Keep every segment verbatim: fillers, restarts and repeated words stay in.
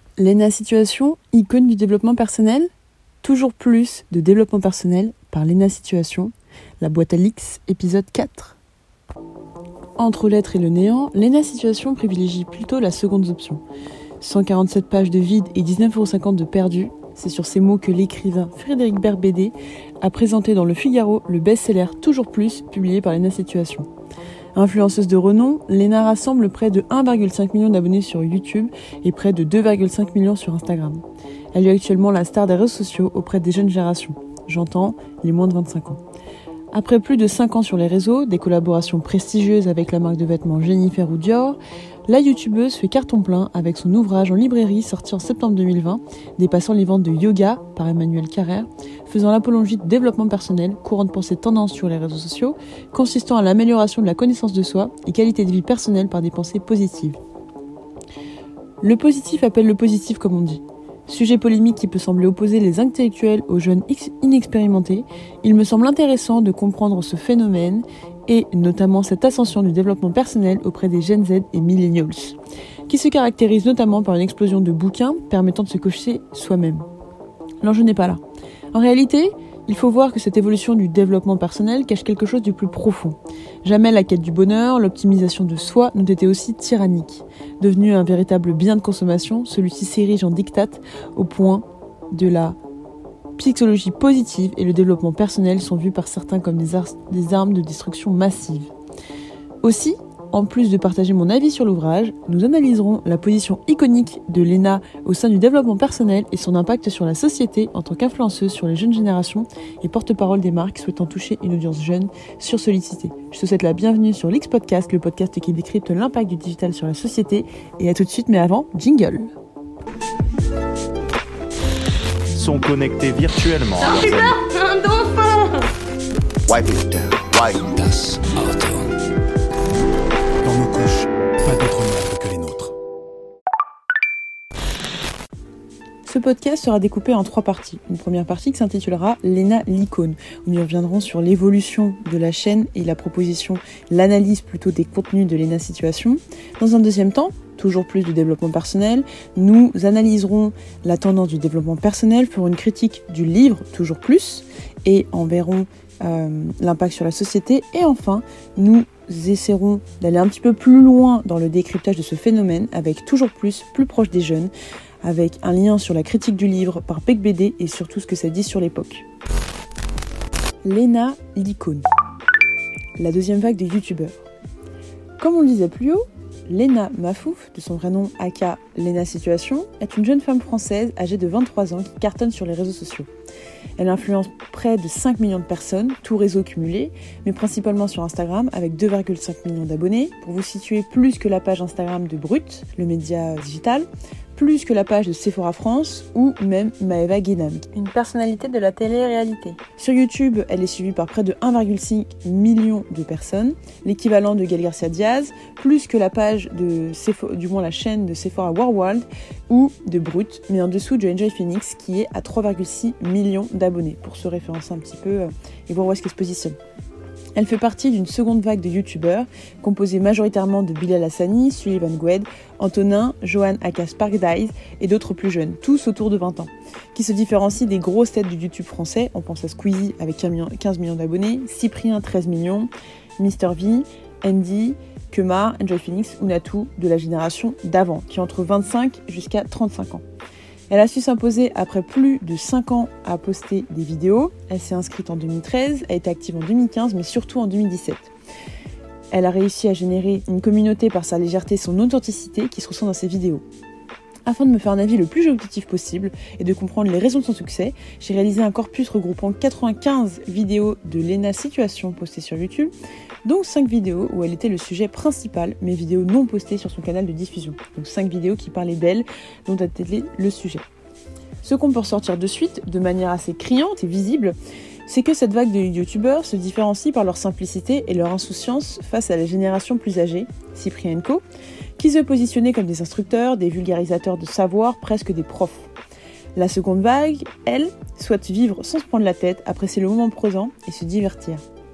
Léna Situation, icône du développement personnel. Toujours plus de développement personnel par Léna Situation, la boîte à leaks, épisode quatre. Entre l'être et le néant, Léna Situation privilégie plutôt la seconde option. cent quarante-sept pages de vide et dix-neuf euros cinquante de perdu, c'est sur ces mots que l'écrivain Frédéric Berbédé a présenté dans Le Figaro le best-seller Toujours plus, publié par Léna Situation. Influenceuse de renom, Léna rassemble près de un virgule cinq million d'abonnés sur YouTube et près de deux virgule cinq millions sur Instagram. Elle est actuellement la star des réseaux sociaux auprès des jeunes générations. J'entends les moins de vingt-cinq ans. Après plus de cinq ans sur les réseaux, des collaborations prestigieuses avec la marque de vêtements Jennifer ou Dior, la youtubeuse fait carton plein avec son ouvrage en librairie sorti en septembre deux mille vingt, dépassant les ventes de Yoga par Emmanuel Carrère, faisant l'apologie du développement personnel, courant de pensée tendance sur les réseaux sociaux, consistant à l'amélioration de la connaissance de soi et qualité de vie personnelle par des pensées positives. Le positif appelle le positif, comme on dit. Sujet polémique qui peut sembler opposer les intellectuels aux jeunes inexpérimentés, il me semble intéressant de comprendre ce phénomène et notamment cette ascension du développement personnel auprès des Gen Z et Millennials, qui se caractérise notamment par une explosion de bouquins permettant de se coacher soi-même. L'enjeu n'est pas là. En réalité, il faut voir que cette évolution du développement personnel cache quelque chose de plus profond. Jamais la quête du bonheur, l'optimisation de soi n'ont été aussi tyranniques. Devenu un véritable bien de consommation, celui-ci s'érige en diktat au point de la psychologie positive et le développement personnel sont vus par certains comme des, ar- des armes de destruction massive. Aussi, en plus de partager mon avis sur l'ouvrage, nous analyserons la position iconique de Léna au sein du développement personnel et son impact sur la société en tant qu'influenceuse sur les jeunes générations et porte-parole des marques souhaitant toucher une audience jeune sursollicitée. Je te souhaite la bienvenue sur l'X Podcast, le podcast qui décrypte l'impact du digital sur la société. Et à tout de suite, mais avant, jingle. Sont connectés virtuellement. Un putain, un dauphin. Wipe it down, wipe das Auto. Dans nos couches, pas d'autres meubles que les nôtres. Ce podcast sera découpé en trois parties. Une première partie qui s'intitulera Léna l'icône, où nous reviendrons sur l'évolution de la chaîne et la proposition, l'analyse plutôt des contenus de Léna Situation. Dans un deuxième temps, toujours plus du développement personnel, nous analyserons la tendance du développement personnel pour une critique du livre Toujours plus et en verrons euh, l'impact sur la société. Et enfin, nous essaierons d'aller un petit peu plus loin dans le décryptage de ce phénomène avec Toujours plus, plus proche des jeunes, avec un lien sur la critique du livre par Berbédé et sur tout ce que ça dit sur l'époque. Léna l'icône. La deuxième vague des youtubeurs. Comme on le disait plus haut, Léna Mafouf, de son vrai nom aka Léna Situation, est une jeune femme française âgée de vingt-trois ans qui cartonne sur les réseaux sociaux. Elle influence près de cinq millions de personnes, tous réseaux cumulés, mais principalement sur Instagram avec deux virgule cinq millions d'abonnés. Pour vous situer, plus que la page Instagram de Brut, le média digital, plus que la page de Sephora France ou même Maëva Guénam, une personnalité de la télé-réalité. Sur YouTube, elle est suivie par près de un virgule cinq million de personnes, l'équivalent de Gaël Garcia Diaz, plus que la page de Sephora, du moins la chaîne de Sephora Worldwide ou de Brut, mais en dessous de Enjoy Phoenix qui est à trois virgule six millions d'abonnés, pour se référencer un petit peu euh, et voir où est-ce qu'elle se positionne. Elle fait partie d'une seconde vague de youtubeurs, composée majoritairement de Bilal Hassani, Sullivan Goued, Antonin, Johan Akas Parkdize et d'autres plus jeunes, tous autour de vingt ans, qui se différencient des grosses têtes du YouTube français. On pense à Squeezie avec quinze millions d'abonnés, Cyprien treize millions, Mister V, Andy, Kema, Enjoy Phoenix ou Natou de la génération d'avant, qui ont entre vingt-cinq jusqu'à trente-cinq ans. Elle a su s'imposer après plus de cinq ans à poster des vidéos. Elle s'est inscrite en deux mille treize, a été active en deux mille quinze, mais surtout en deux mille dix-sept. Elle a réussi à générer une communauté par sa légèreté et son authenticité qui se ressent dans ses vidéos. Afin de me faire un avis le plus objectif possible et de comprendre les raisons de son succès, j'ai réalisé un corpus regroupant quatre-vingt-quinze vidéos de Léna Situation postées sur YouTube, dont cinq vidéos où elle était le sujet principal, mais vidéos non postées sur son canal de diffusion. Donc cinq vidéos qui parlaient d'elle, dont elle était le sujet. Ce qu'on peut ressortir de suite, de manière assez criante et visible, c'est que cette vague de youtubeurs se différencie par leur simplicité et leur insouciance face à la génération plus âgée, Cyprien et Co, qui se positionnaient comme des instructeurs, des vulgarisateurs de savoir, presque des profs. La seconde vague, elle, souhaite vivre sans se prendre la tête, apprécier le moment présent et se divertir.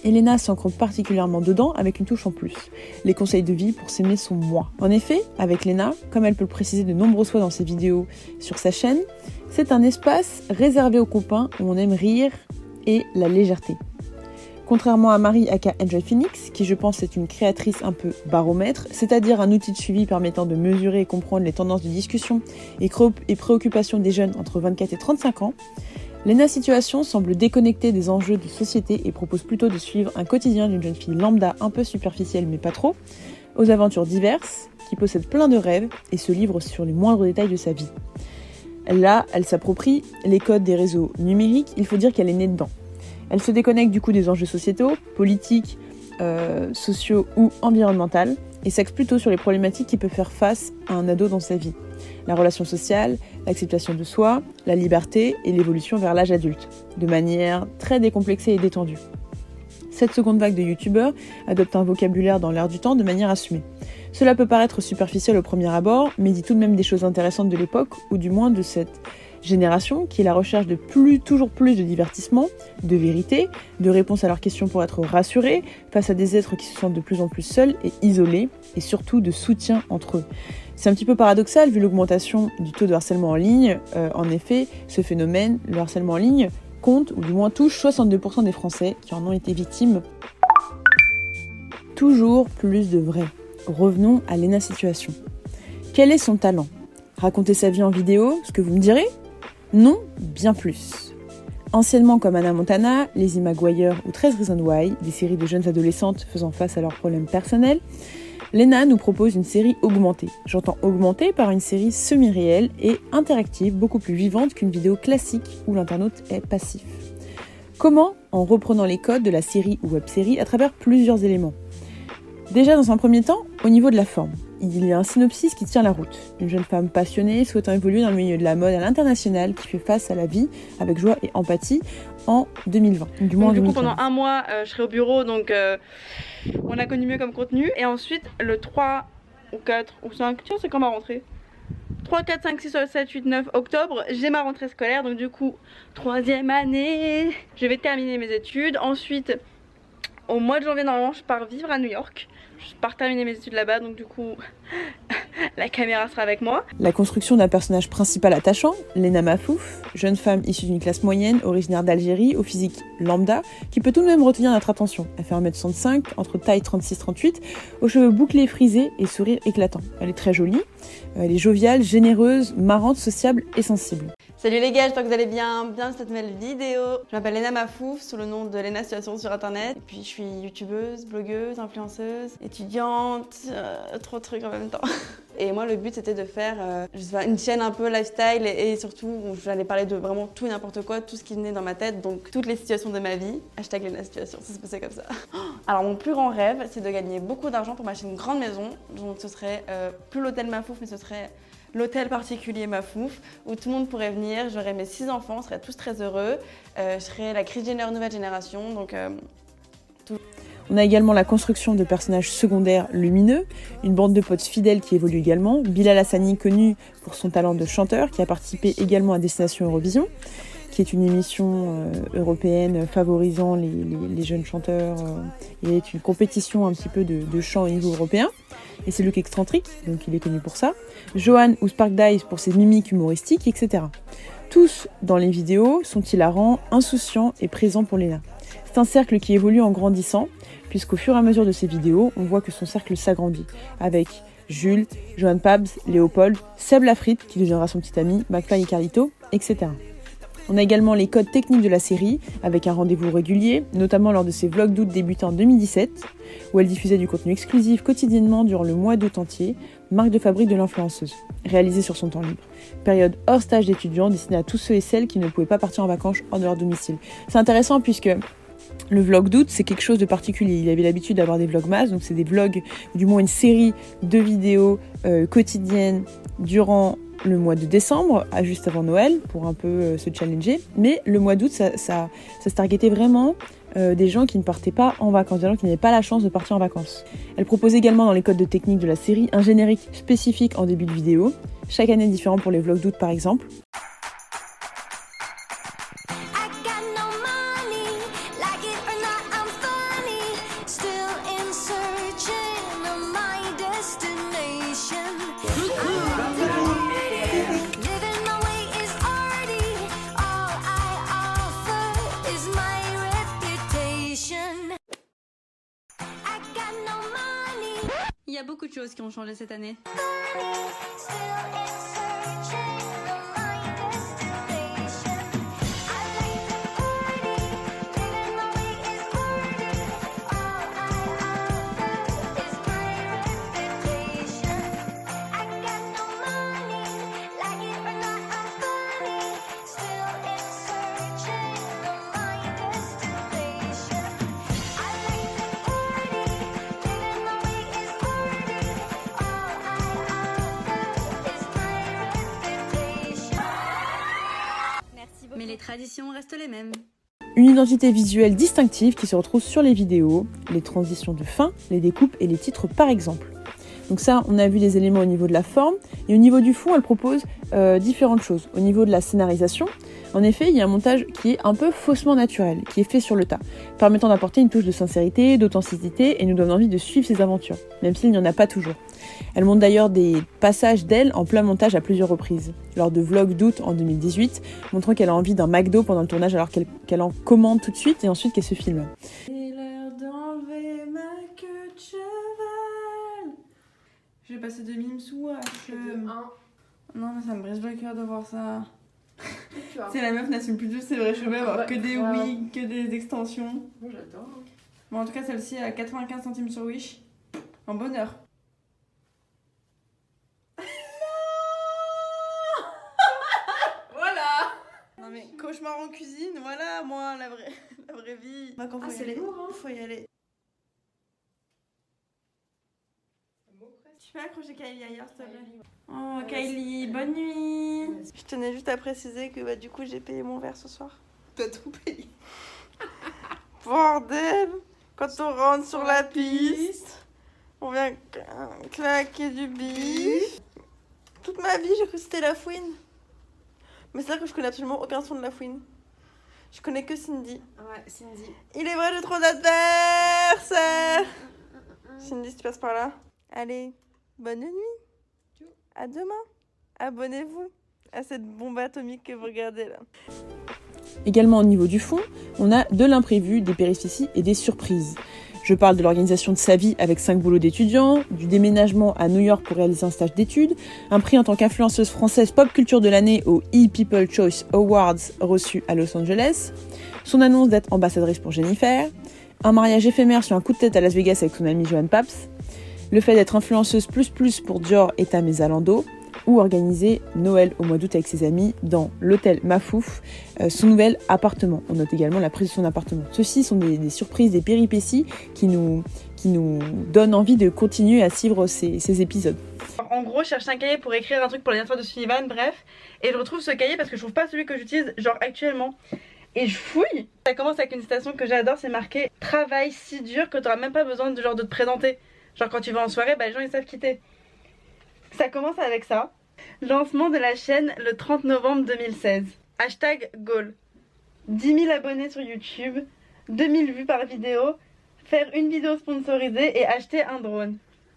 et Léna s'ancre particulièrement dedans avec une touche en plus. Les conseils de vie pour s'aimer son moi. En effet, avec Léna, comme elle peut le préciser de nombreuses fois dans ses vidéos sur sa chaîne, c'est un espace réservé aux copains où on aime rire et la légèreté. Contrairement à Marie aka Enjoy Phoenix, qui je pense est une créatrice un peu baromètre, c'est-à-dire un outil de suivi permettant de mesurer et comprendre les tendances de discussion et, cré- et préoccupations des jeunes entre vingt-quatre et trente-cinq ans, Léna Situation semble déconnectée des enjeux de société et propose plutôt de suivre un quotidien d'une jeune fille lambda un peu superficielle mais pas trop, aux aventures diverses, qui possède plein de rêves et se livre sur les moindres détails de sa vie. Là, elle s'approprie les codes des réseaux numériques, il faut dire qu'elle est née dedans. Elle se déconnecte du coup des enjeux sociétaux, politiques, euh, sociaux ou environnementaux et s'axe plutôt sur les problématiques qui peuvent faire face à un ado dans sa vie. La relation sociale, l'acceptation de soi, la liberté et l'évolution vers l'âge adulte, de manière très décomplexée et détendue. Cette seconde vague de youtubeurs adopte un vocabulaire dans l'air du temps de manière assumée. Cela peut paraître superficiel au premier abord, mais dit tout de même des choses intéressantes de l'époque, ou du moins de cette génération qui est la recherche de plus, toujours plus de divertissement, de vérité, de réponses à leurs questions pour être rassurés face à des êtres qui se sentent de plus en plus seuls et isolés, et surtout de soutien entre eux. C'est un petit peu paradoxal vu l'augmentation du taux de harcèlement en ligne. Euh, en effet, ce phénomène, le harcèlement en ligne, compte, ou du moins touche soixante-deux pour cent des Français qui en ont été victimes. Toujours plus de vrai. Revenons à Léna Situation. Quel est son talent ? Raconter sa vie en vidéo, ce que vous me direz ? Non, bien plus. Anciennement comme Hannah Montana, Lizzie McGuire ou treize Reasons Why, des séries de jeunes adolescentes faisant face à leurs problèmes personnels, Léna nous propose une série augmentée. J'entends augmentée par une série semi-réelle et interactive, beaucoup plus vivante qu'une vidéo classique où l'internaute est passif. Comment ? En reprenant les codes de la série ou web-série à travers plusieurs éléments. Déjà dans un premier temps, au niveau de la forme. Il y a un synopsis qui tient la route. Une jeune femme passionnée souhaitant évoluer dans le milieu de la mode à l'international qui fait face à la vie avec joie et empathie en deux mille vingt. Du moins donc, en du coup, deux mille quinze. pendant un mois, euh, je serai au bureau, donc euh, on a connu mieux comme contenu. Et ensuite, le trois ou quatre ou cinq, tiens, c'est quand ma rentrée trois, quatre, cinq, six, sept, huit, neuf octobre, j'ai ma rentrée scolaire. Donc du coup, troisième année, je vais terminer mes études. Ensuite, au mois de janvier, normalement, je pars vivre à New York. Je pars terminer mes études là-bas, donc du coup, la caméra sera avec moi. La construction d'un personnage principal attachant, Léna Mafouf, jeune femme issue d'une classe moyenne, originaire d'Algérie, au physique lambda, qui peut tout de même retenir notre attention. Elle fait un mètre soixante-cinq, entre taille trente-six trente-huit, aux cheveux bouclés frisés et sourire éclatant. Elle est très jolie, elle est joviale, généreuse, marrante, sociable et sensible. Salut les gars, j'espère que vous allez bien, bien cette nouvelle vidéo. Je m'appelle Léna Mafouf, sous le nom de Léna Situation sur internet. Et puis je suis youtubeuse, blogueuse, influenceuse, étudiante, euh, trop de trucs en même temps. Et moi le but c'était de faire euh, je sais pas, une chaîne un peu lifestyle et, et surtout où j'allais parler de vraiment tout et n'importe quoi, tout ce qui venait dans ma tête, donc toutes les situations de ma vie. Hashtag Léna Situation, ça se passait comme ça. Alors mon plus grand rêve c'est de gagner beaucoup d'argent pour m'acheter une grande maison. Donc ce serait euh, plus l'hôtel Mafouf mais ce serait l'hôtel particulier Mafouf, où tout le monde pourrait venir. J'aurais mes six enfants, on serait tous très heureux. Euh, je serais la Kris Jenner nouvelle génération, donc euh, tout. On a également la construction de personnages secondaires lumineux, une bande de potes fidèles qui évolue également, Bilal Hassani connu pour son talent de chanteur, qui a participé également à Destination Eurovision, qui est une émission euh, européenne favorisant les, les, les jeunes chanteurs euh, et est une compétition un petit peu de, de chant au niveau européen. Et c'est Luc Excentrique, donc il est connu pour ça. Johan ou Spark Dice pour ses mimiques humoristiques, et cetera. Tous, dans les vidéos, sont hilarants, insouciants et présents pour Léna. C'est un cercle qui évolue en grandissant, puisqu'au fur et à mesure de ses vidéos, on voit que son cercle s'agrandit, avec Jules, Johan Pabs, Léopold, Seb Lafrite, qui deviendra son petit ami, McFly et Carlito, et cetera. On a également les codes techniques de la série, avec un rendez-vous régulier, notamment lors de ses vlogs d'août débutés en deux mille dix-sept, où elle diffusait du contenu exclusif quotidiennement durant le mois d'août entier, marque de fabrique de l'influenceuse, réalisée sur son temps libre. Période hors stage d'étudiant destinée à tous ceux et celles qui ne pouvaient pas partir en vacances hors de leur domicile. C'est intéressant puisque le vlog d'août, c'est quelque chose de particulier. Il avait l'habitude d'avoir des vlogmas, donc c'est des vlogs, ou du moins une série de vidéos euh, quotidiennes durant le mois de décembre, à juste avant Noël, pour un peu euh, se challenger. Mais le mois d'août, ça, ça, ça se targetait vraiment euh, des gens qui ne partaient pas en vacances, des gens qui n'avaient pas la chance de partir en vacances. Elle propose également dans les codes de technique de la série un générique spécifique en début de vidéo, chaque année différent pour les vlogs d'août par exemple. Il y a beaucoup de choses qui ont changé cette année. Mais les traditions restent les mêmes. Une identité visuelle distinctive qui se retrouve sur les vidéos, les transitions de fin, les découpes et les titres par exemple. Donc ça, on a vu les éléments au niveau de la forme, et au niveau du fond, elle propose euh, différentes choses. Au niveau de la scénarisation, en effet, il y a un montage qui est un peu faussement naturel, qui est fait sur le tas, permettant d'apporter une touche de sincérité, d'authenticité, et nous donne envie de suivre ses aventures, même s'il n'y en a pas toujours. Elle montre d'ailleurs des passages d'elle en plein montage à plusieurs reprises, lors de vlogs d'août en deux mille dix-huit, montrant qu'elle a envie d'un McDo pendant le tournage alors qu'elle, qu'elle en commande tout de suite et ensuite qu'elle se filme. C'est l'heure d'enlever ma queue de cheval. Je vais passer de mimes sous à Non mais ça me brise le cœur de voir ça. C'est la meuf n'assume plus du ses vrais cheveux, avoir que des wigs, que des extensions. Moi j'adore. Bon en tout cas celle-ci à quatre-vingt-quinze centimes sur Wish. En bonheur. Voilà. Non mais cauchemar en cuisine, voilà moi la vraie, la vraie vie. Bah, quand Ah, faut y c'est aller, lourd, hein. faut y aller. Tu peux accrocher Kylie ailleurs s'il te plaît. Oh Kylie, bonne nuit. Je tenais juste à préciser que bah du coup j'ai payé mon verre ce soir. T'as tout payé. Bordel. Quand on rentre sur la piste, on vient claquer du bif. Toute ma vie j'ai cru que c'était la fouine. Mais c'est vrai que je connais absolument aucun son de la fouine. Je connais que Cindy. Ouais, Cindy. Il est vrai, j'ai trop d'adversaires. Cindy, si tu passes par là. Allez, bonne nuit. À demain. Abonnez-vous à cette bombe atomique que vous regardez là. Également au niveau du fond, on a de l'imprévu, des péripéties et des surprises. Je parle de l'organisation de sa vie avec cinq boulots d'étudiants, du déménagement à New York pour réaliser un stage d'études, un prix en tant qu'influenceuse française pop culture de l'année aux e-People Choice Awards reçus à Los Angeles, son annonce d'être ambassadrice pour Jennifer, un mariage éphémère sur un coup de tête à Las Vegas avec son amie Joan Paps, le fait d'être influenceuse plus plus pour Dior et Tam et Zalando, ou organiser Noël au mois d'août avec ses amis dans l'hôtel Mafouf, euh, son nouvel appartement. On note également la prise de son appartement. Ceux-ci sont des, des surprises, des péripéties qui nous, qui nous donnent envie de continuer à suivre ces, ces épisodes. En gros, je cherche un cahier pour écrire un truc pour l'anniversaire de Sullivan, bref. Et je retrouve ce cahier parce que je trouve pas celui que j'utilise genre actuellement. Et je fouille. Ça commence avec une citation que j'adore, c'est marqué « Travaille si dur que t'auras même pas besoin de, genre, de te présenter ». Genre quand tu vas en soirée, bah, les gens ils savent quitter. Ça commence avec ça. Lancement de la chaîne le trente novembre deux mille seize. Hashtag goal. dix mille abonnés sur YouTube, deux mille vues par vidéo, faire une vidéo sponsorisée et acheter un drone.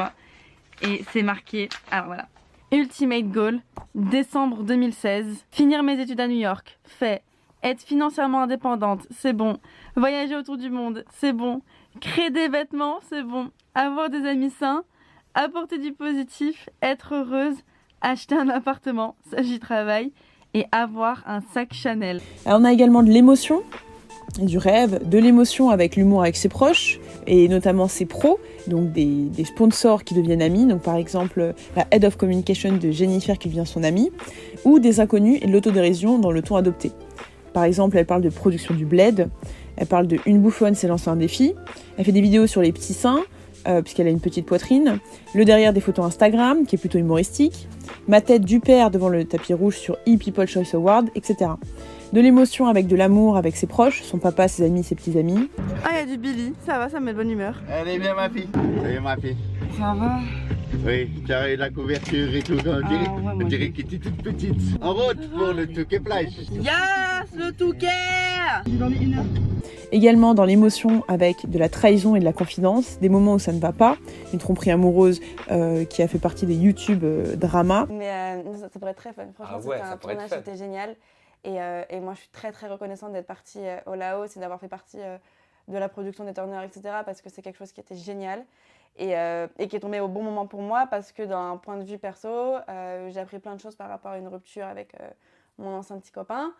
Et c'est marqué, alors voilà. Ultimate goal, décembre deux mille seize. Finir mes études à New York, fait. Être financièrement indépendante, c'est bon. Voyager autour du monde, c'est bon. Créer des vêtements, c'est bon. Avoir des amis sains, apporter du positif, être heureuse, acheter un appartement, ça j'y travaille, et avoir un sac Chanel. Alors on a également de l'émotion, et du rêve, de l'émotion avec l'humour avec ses proches, et notamment ses pros, donc des, des sponsors qui deviennent amis, donc par exemple la Head of Communication de Jennifer qui devient son amie, ou des inconnus et de l'autodérision dans le ton adopté. Par exemple, elle parle de production du bled, elle parle de une bouffonne s'est lancée un défi, elle fait des vidéos sur les petits seins, Euh, puisqu'elle a une petite poitrine, le derrière des photos Instagram, qui est plutôt humoristique, ma tête du père devant le tapis rouge sur e-People Choice Award, et cetera. De l'émotion avec de l'amour avec ses proches, son papa, ses amis, ses petits amis. Ah, il y a du Billy, ça va, ça me met de bonne humeur. Elle est bien ma fille, c'est ma fille. Ça va. Oui, tu as eu la couverture et tout, on dirait, Ah, ouais, on moi, dirait j'ai- qu'elle était toute petite. En route pour le Touquet Plage. Yes, le Touquet. J'ai dormi une heure. Également dans l'émotion avec de la trahison et de la confidence, des moments où ça ne va pas, une tromperie amoureuse euh, qui a fait partie des YouTube euh, dramas. Mais euh, ça, ça pourrait être très fun. Franchement, Ah ouais, c'était ça un pourrait être tournage, fun. c'était génial. Et, euh, et moi, je suis très très reconnaissante d'être partie euh, au Laos et d'avoir fait partie euh, de la production des tourneurs, et cetera. Parce que c'est quelque chose qui était génial. et, euh, et qui est tombé au bon moment pour moi parce que d'un point de vue perso, euh, j'ai appris plein de choses par rapport à une rupture avec euh, mon ancien petit copain.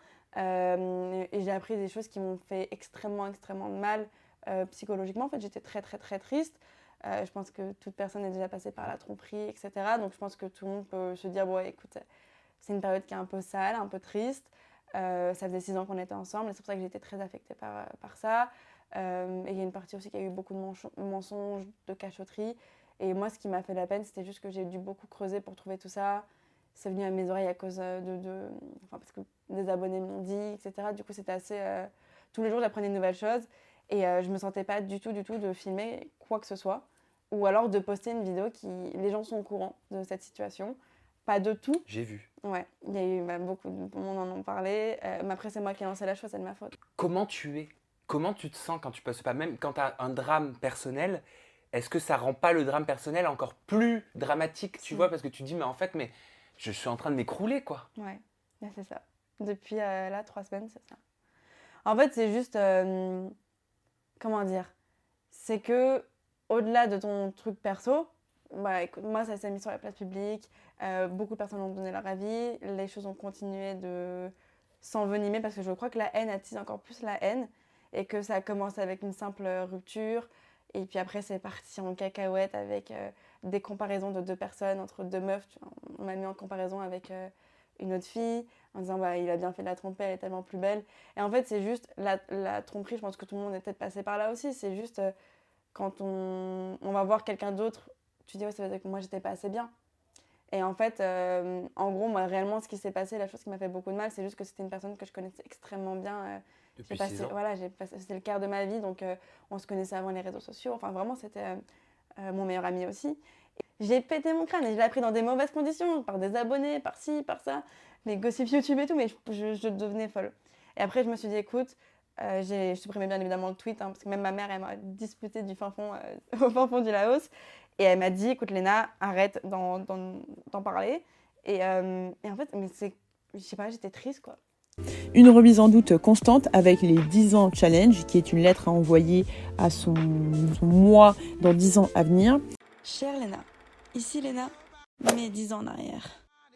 Euh, et j'ai appris des choses qui m'ont fait extrêmement, extrêmement de mal euh, psychologiquement. En fait, j'étais très, très, très triste. Euh, je pense que toute personne est déjà passée par la tromperie, et cetera. Donc, je pense que tout le monde peut se dire, bon, écoute, c'est une période qui est un peu sale, un peu triste. Euh, ça faisait six ans qu'on était ensemble et c'est pour ça que j'étais très affectée par, par ça. Euh, et il y a une partie aussi qui a eu beaucoup de mensonges, de cachotteries. Et moi, ce qui m'a fait la peine, c'était juste que j'ai dû beaucoup creuser pour trouver tout ça. C'est venu à mes oreilles à cause de... de enfin, parce que des abonnés m'ont dit, et cetera. Du coup, c'était assez... Euh, tous les jours, j'apprenais de nouvelles choses. Et euh, je ne me sentais pas du tout, du tout de filmer quoi que ce soit. Ou alors de poster une vidéo qui... Les gens sont au courant de cette situation. Pas de tout. J'ai vu. Ouais, il y a eu bah, beaucoup de monde en ont parlé. Euh, mais après, c'est moi qui ai lancé la chose, c'est de ma faute. Comment tu es ? Comment tu te sens quand tu postes pas ? Même quand tu as un drame personnel, est-ce que ça rend pas le drame personnel encore plus dramatique, tu si. vois ? Parce que tu dis, mais en fait, mais je suis en train de m'écrouler, quoi. Ouais, là, c'est ça. Depuis euh, là, trois semaines, c'est ça. En fait, c'est juste... Euh, comment dire ? C'est que, au-delà de ton truc perso, bah, écoute, moi, ça s'est mis sur la place publique. Euh, beaucoup de personnes ont donné leur avis. Les choses ont continué de s'envenimer parce que je crois que la haine attise encore plus la haine et que ça a commencé avec une simple rupture. Et puis après, c'est parti en cacahuète avec euh, des comparaisons de deux personnes, entre deux meufs. Tu vois, on m'a mis en comparaison avec euh, une autre fille en disant bah, « il a bien fait de la tromper, elle est tellement plus belle ». Et en fait, c'est juste la, la tromperie, je pense que tout le monde est peut-être passé par là aussi. C'est juste euh, quand on, on va voir quelqu'un d'autre, tu dis ouais, ça veut dire que moi, j'étais pas assez bien. Et en fait, euh, en gros, moi, réellement, ce qui s'est passé, la chose qui m'a fait beaucoup de mal, c'est juste que c'était une personne que je connaissais extrêmement bien. Euh, Depuis j'ai passé, six ans. Voilà, j'ai passé, c'était le quart de ma vie, donc euh, on se connaissait avant les réseaux sociaux. Enfin, vraiment, c'était euh, euh, mon meilleur ami aussi. Et j'ai pété mon crâne et je l'ai appris dans des mauvaises conditions, par des abonnés, par ci, par ça, les gossips YouTube et tout, mais je, je, je devenais folle. Et après, je me suis dit, écoute, euh, j'ai supprimé bien évidemment le tweet, hein, parce que même ma mère, elle m'a disputé du fin fond, euh, au fin fond du Laos. Et elle m'a dit, écoute Léna, arrête d'en, d'en, d'en parler. Et, euh, et en fait, mais c'est, je sais pas, j'étais triste, quoi. Une remise en doute constante avec les dix ans challenge, qui est une lettre à envoyer à son, son moi dans dix ans à venir. Chère Léna, ici Léna, mes dix ans en arrière.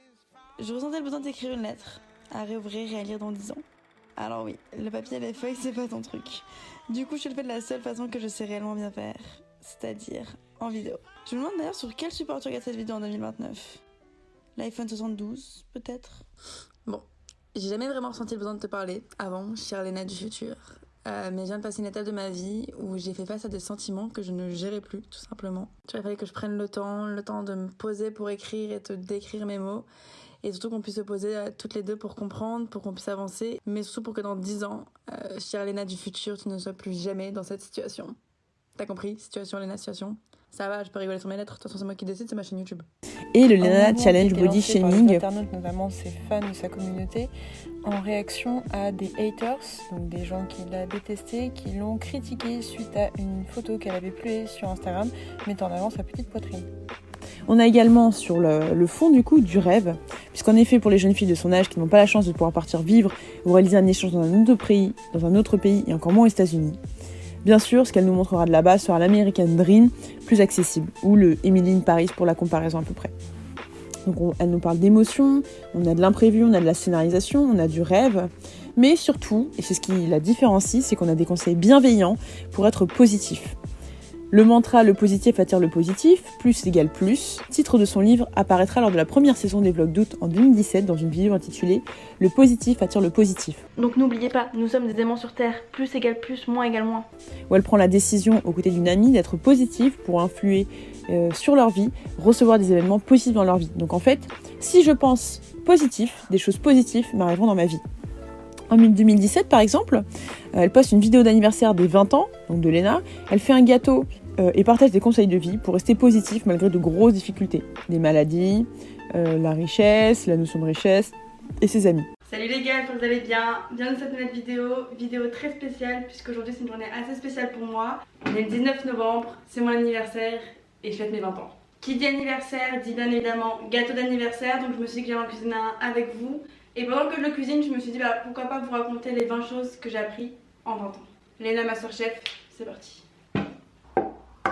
Je ressentais le besoin d'écrire une lettre, à réouvrir et à lire dans dix ans. Alors oui, le papier et les feuilles, c'est pas ton truc. Du coup, je le fais de la seule façon que je sais réellement bien faire, c'est-à-dire en vidéo. Je me demande d'ailleurs sur quel support tu regardes cette vidéo en deux mille vingt-neuf. L'iPhone soixante-douze, peut-être ? Bon, j'ai jamais vraiment ressenti le besoin de te parler avant, chère Léna du futur. Euh, mais je viens de passer une étape de ma vie où j'ai fait face à des sentiments que je ne gérais plus, tout simplement. Tu vois, il fallait que je prenne le temps, le temps de me poser pour écrire et te décrire mes mots. Et surtout qu'on puisse se poser euh, toutes les deux pour comprendre, pour qu'on puisse avancer. Mais surtout pour que dans dix ans, euh, chère Léna du futur, tu ne sois plus jamais dans cette situation. T'as compris ? Situation, Léna, situation. Ça va, je peux rigoler sur mes lettres. De toute façon, c'est moi qui décide, c'est ma chaîne YouTube. Et le Léna Challenge Body Shaming. Les internautes, notamment ses fans de sa communauté, en réaction à des haters, donc des gens qui l'a détesté, qui l'ont critiqué suite à une photo qu'elle avait publiée sur Instagram, mettant en avant sa petite poitrine. On a également sur le, le fond du coup du rêve, puisqu'en effet pour les jeunes filles de son âge qui n'ont pas la chance de pouvoir partir vivre ou réaliser un échange dans un autre pays, dans un autre pays et encore moins aux États-Unis. Bien sûr, ce qu'elle nous montrera de là-bas sera l'American Dream, plus accessible, ou le Emily in Paris pour la comparaison à peu près. Donc on, elle nous parle d'émotions, on a de l'imprévu, on a de la scénarisation, on a du rêve, mais surtout, et c'est ce qui la différencie, c'est qu'on a des conseils bienveillants pour être positif. Le mantra « le positif attire le positif », plus égale plus, titre de son livre, apparaîtra lors de la première saison des vlogs d'août en deux mille dix-sept dans une vidéo intitulée « Le positif attire le positif ». Donc n'oubliez pas, nous sommes des aimants sur Terre, plus égale plus, moins égale moins. Où elle prend la décision, aux côtés d'une amie, d'être positive pour influer euh, sur leur vie, recevoir des événements positifs dans leur vie. Donc en fait, si je pense positif, des choses positives m'arriveront dans ma vie. En deux mille dix-sept, par exemple, elle poste une vidéo d'anniversaire des vingt ans, donc de Léna. Elle fait un gâteau euh, et partage des conseils de vie pour rester positif malgré de grosses difficultés. Des maladies, euh, la richesse, la notion de richesse et ses amis. Salut les gars, j'espère que vous allez bien. Bienvenue dans cette nouvelle vidéo, vidéo très spéciale puisqu'aujourd'hui c'est une journée assez spéciale pour moi. On est le dix-neuf novembre, c'est mon anniversaire et je fête mes vingt ans. Qui dit anniversaire dit bien évidemment gâteau d'anniversaire, donc je me suis dit que j'allais en cuisiner un avec vous. Et pendant que je le cuisine, je me suis dit bah, pourquoi pas vous raconter les vingt choses que j'ai appris en vingt ans. Léna Masterchef, c'est parti.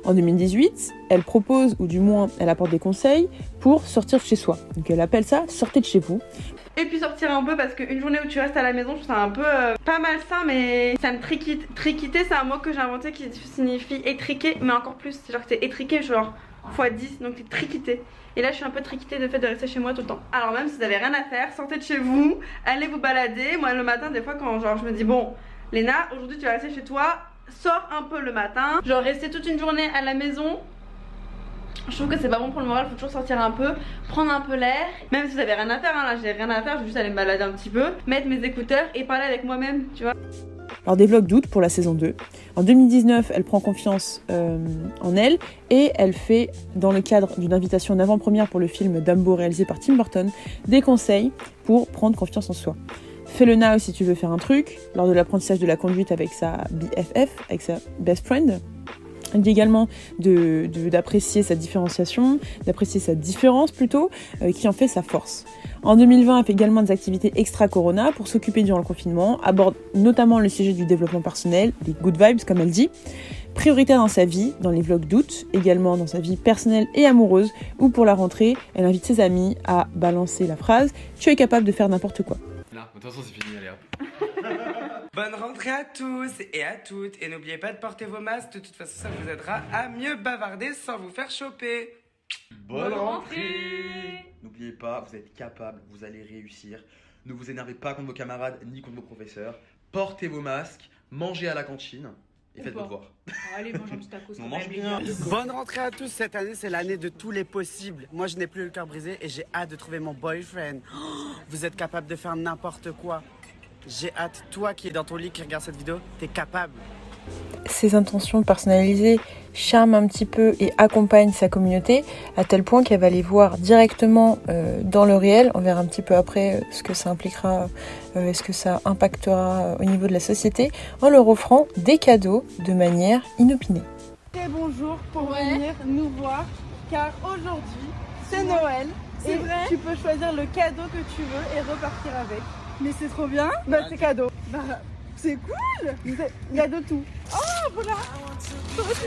En deux mille dix-huit, elle propose, ou du moins elle apporte des conseils pour sortir de chez soi. Donc elle appelle ça « sortez de chez vous ». Et puis sortir un peu parce qu'une journée où tu restes à la maison, je trouve ça un peu euh, pas malsain, mais ça me triquite. Triquiter, c'est un mot que j'ai inventé qui signifie étriquer, mais encore plus. C'est genre que t'es étriqué, genre fois dix, donc t'es triquité. Et là, je suis un peu triquitée de fait de rester chez moi tout le temps. Alors même si vous avez rien à faire, sortez de chez vous, allez vous balader. Moi, le matin, des fois, quand genre je me dis bon, Léna, aujourd'hui tu vas rester chez toi, sors un peu le matin. Genre rester toute une journée à la maison, je trouve que c'est pas bon pour le moral, faut toujours sortir un peu, prendre un peu l'air. Même si vous avez rien à faire, hein, là j'ai rien à faire, je vais juste aller me balader un petit peu, mettre mes écouteurs et parler avec moi-même, tu vois. Alors des vlogs d'août pour la saison deux. En deux mille dix-neuf, elle prend confiance euh, en elle et elle fait, dans le cadre d'une invitation d'avant-première pour le film Dumbo réalisé par Tim Burton, des conseils pour prendre confiance en soi. Fais le now si tu veux faire un truc, lors de l'apprentissage de la conduite avec sa B F F, avec sa best friend. Elle dit également de, de, d'apprécier sa différenciation, d'apprécier sa différence plutôt, euh, qui en fait sa force. En deux mille vingt, elle fait également des activités extra-corona pour s'occuper durant le confinement, aborde notamment le sujet du développement personnel, des good vibes comme elle dit, prioritaire dans sa vie, dans les vlogs d'août, également dans sa vie personnelle et amoureuse, où pour la rentrée, elle invite ses amis à balancer la phrase « Tu es capable de faire n'importe quoi ». Là, de toute façon c'est fini, allez hop. Bonne rentrée à tous et à toutes, et n'oubliez pas de porter vos masques, de toute façon ça vous aidera à mieux bavarder sans vous faire choper. Bonne rentrée. N'oubliez pas, vous êtes capable, vous allez réussir. Ne vous énervez pas contre vos camarades ni contre vos professeurs. Portez vos masques, mangez à la cantine et faites vos devoirs. Allez, mange un petit tacos. On mange bien. Bonne rentrée à tous, cette année c'est l'année de tous les possibles. Moi je n'ai plus le cœur brisé et j'ai hâte de trouver mon boyfriend. Oh, vous êtes capable de faire n'importe quoi. J'ai hâte, toi qui es dans ton lit, qui regarde cette vidéo, t'es capable. Ses intentions personnalisées charment un petit peu et accompagnent sa communauté à tel point qu'elle va les voir directement euh, dans le réel. On verra un petit peu après euh, ce que ça impliquera, euh, est-ce que ça impactera euh, au niveau de la société, en leur offrant des cadeaux de manière inopinée. Très bonjour pour ouais. venir nous voir car aujourd'hui c'est Noël et vrai tu peux choisir le cadeau que tu veux et repartir avec. Mais c'est trop bien. Bah c'est cadeau. Bah c'est cool. Il y a de tout. Oh voilà. Toi aussi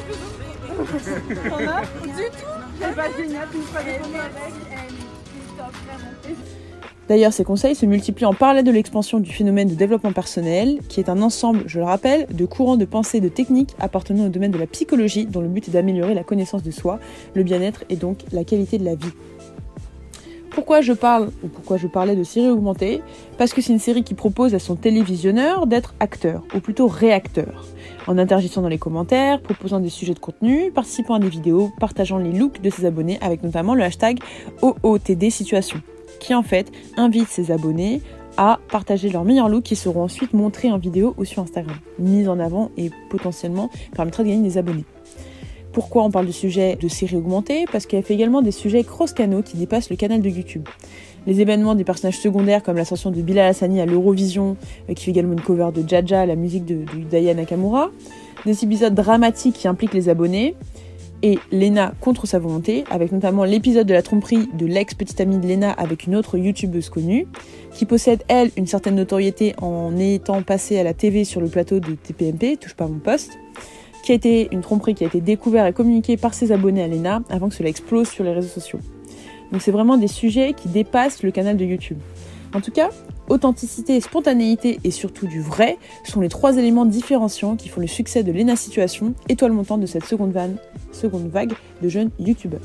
tu veux. T'en as du tout. C'est pas génial. Tu me feras des bonnes avec. Elle est top vraiment. D'ailleurs, ces conseils se multiplient en parallèle de l'expansion du phénomène de développement personnel, qui est un ensemble, je le rappelle, de courants de pensée et de techniques appartenant au domaine de la psychologie, dont le but est d'améliorer la connaissance de soi, le bien-être et donc la qualité de la vie. Pourquoi je parle, ou pourquoi je parlais de série augmentée ? Parce que c'est une série qui propose à son télévisionneur d'être acteur, ou plutôt réacteur, en interagissant dans les commentaires, proposant des sujets de contenu, participant à des vidéos, partageant les looks de ses abonnés, avec notamment le hashtag O O T D Situation, qui en fait invite ses abonnés à partager leurs meilleurs looks qui seront ensuite montrés en vidéo ou sur Instagram. Mise en avant et potentiellement permettra de gagner des abonnés. Pourquoi on parle de sujets de série augmentée ? Parce qu'elle fait également des sujets cross-canaux qui dépassent le canal de YouTube. Les événements des personnages secondaires comme l'ascension de Bilal Hassani à l'Eurovision, euh, qui fait également une cover de Jaja, la musique de, de Daya Nakamura. Des épisodes dramatiques qui impliquent les abonnés. Et Léna contre sa volonté, avec notamment l'épisode de la tromperie de l'ex-petite amie de Léna avec une autre youtubeuse connue, qui possède, elle, une certaine notoriété en étant passée à la T V sur le plateau de T P M P, Touche pas à mon poste, qui a été une tromperie qui a été découverte et communiquée par ses abonnés à Léna avant que cela explose sur les réseaux sociaux. Donc c'est vraiment des sujets qui dépassent le canal de YouTube. En tout cas, authenticité, spontanéité et surtout du vrai sont les trois éléments différenciants qui font le succès de Léna Situation, étoile montante de cette seconde, vanne, seconde vague de jeunes youtubeurs.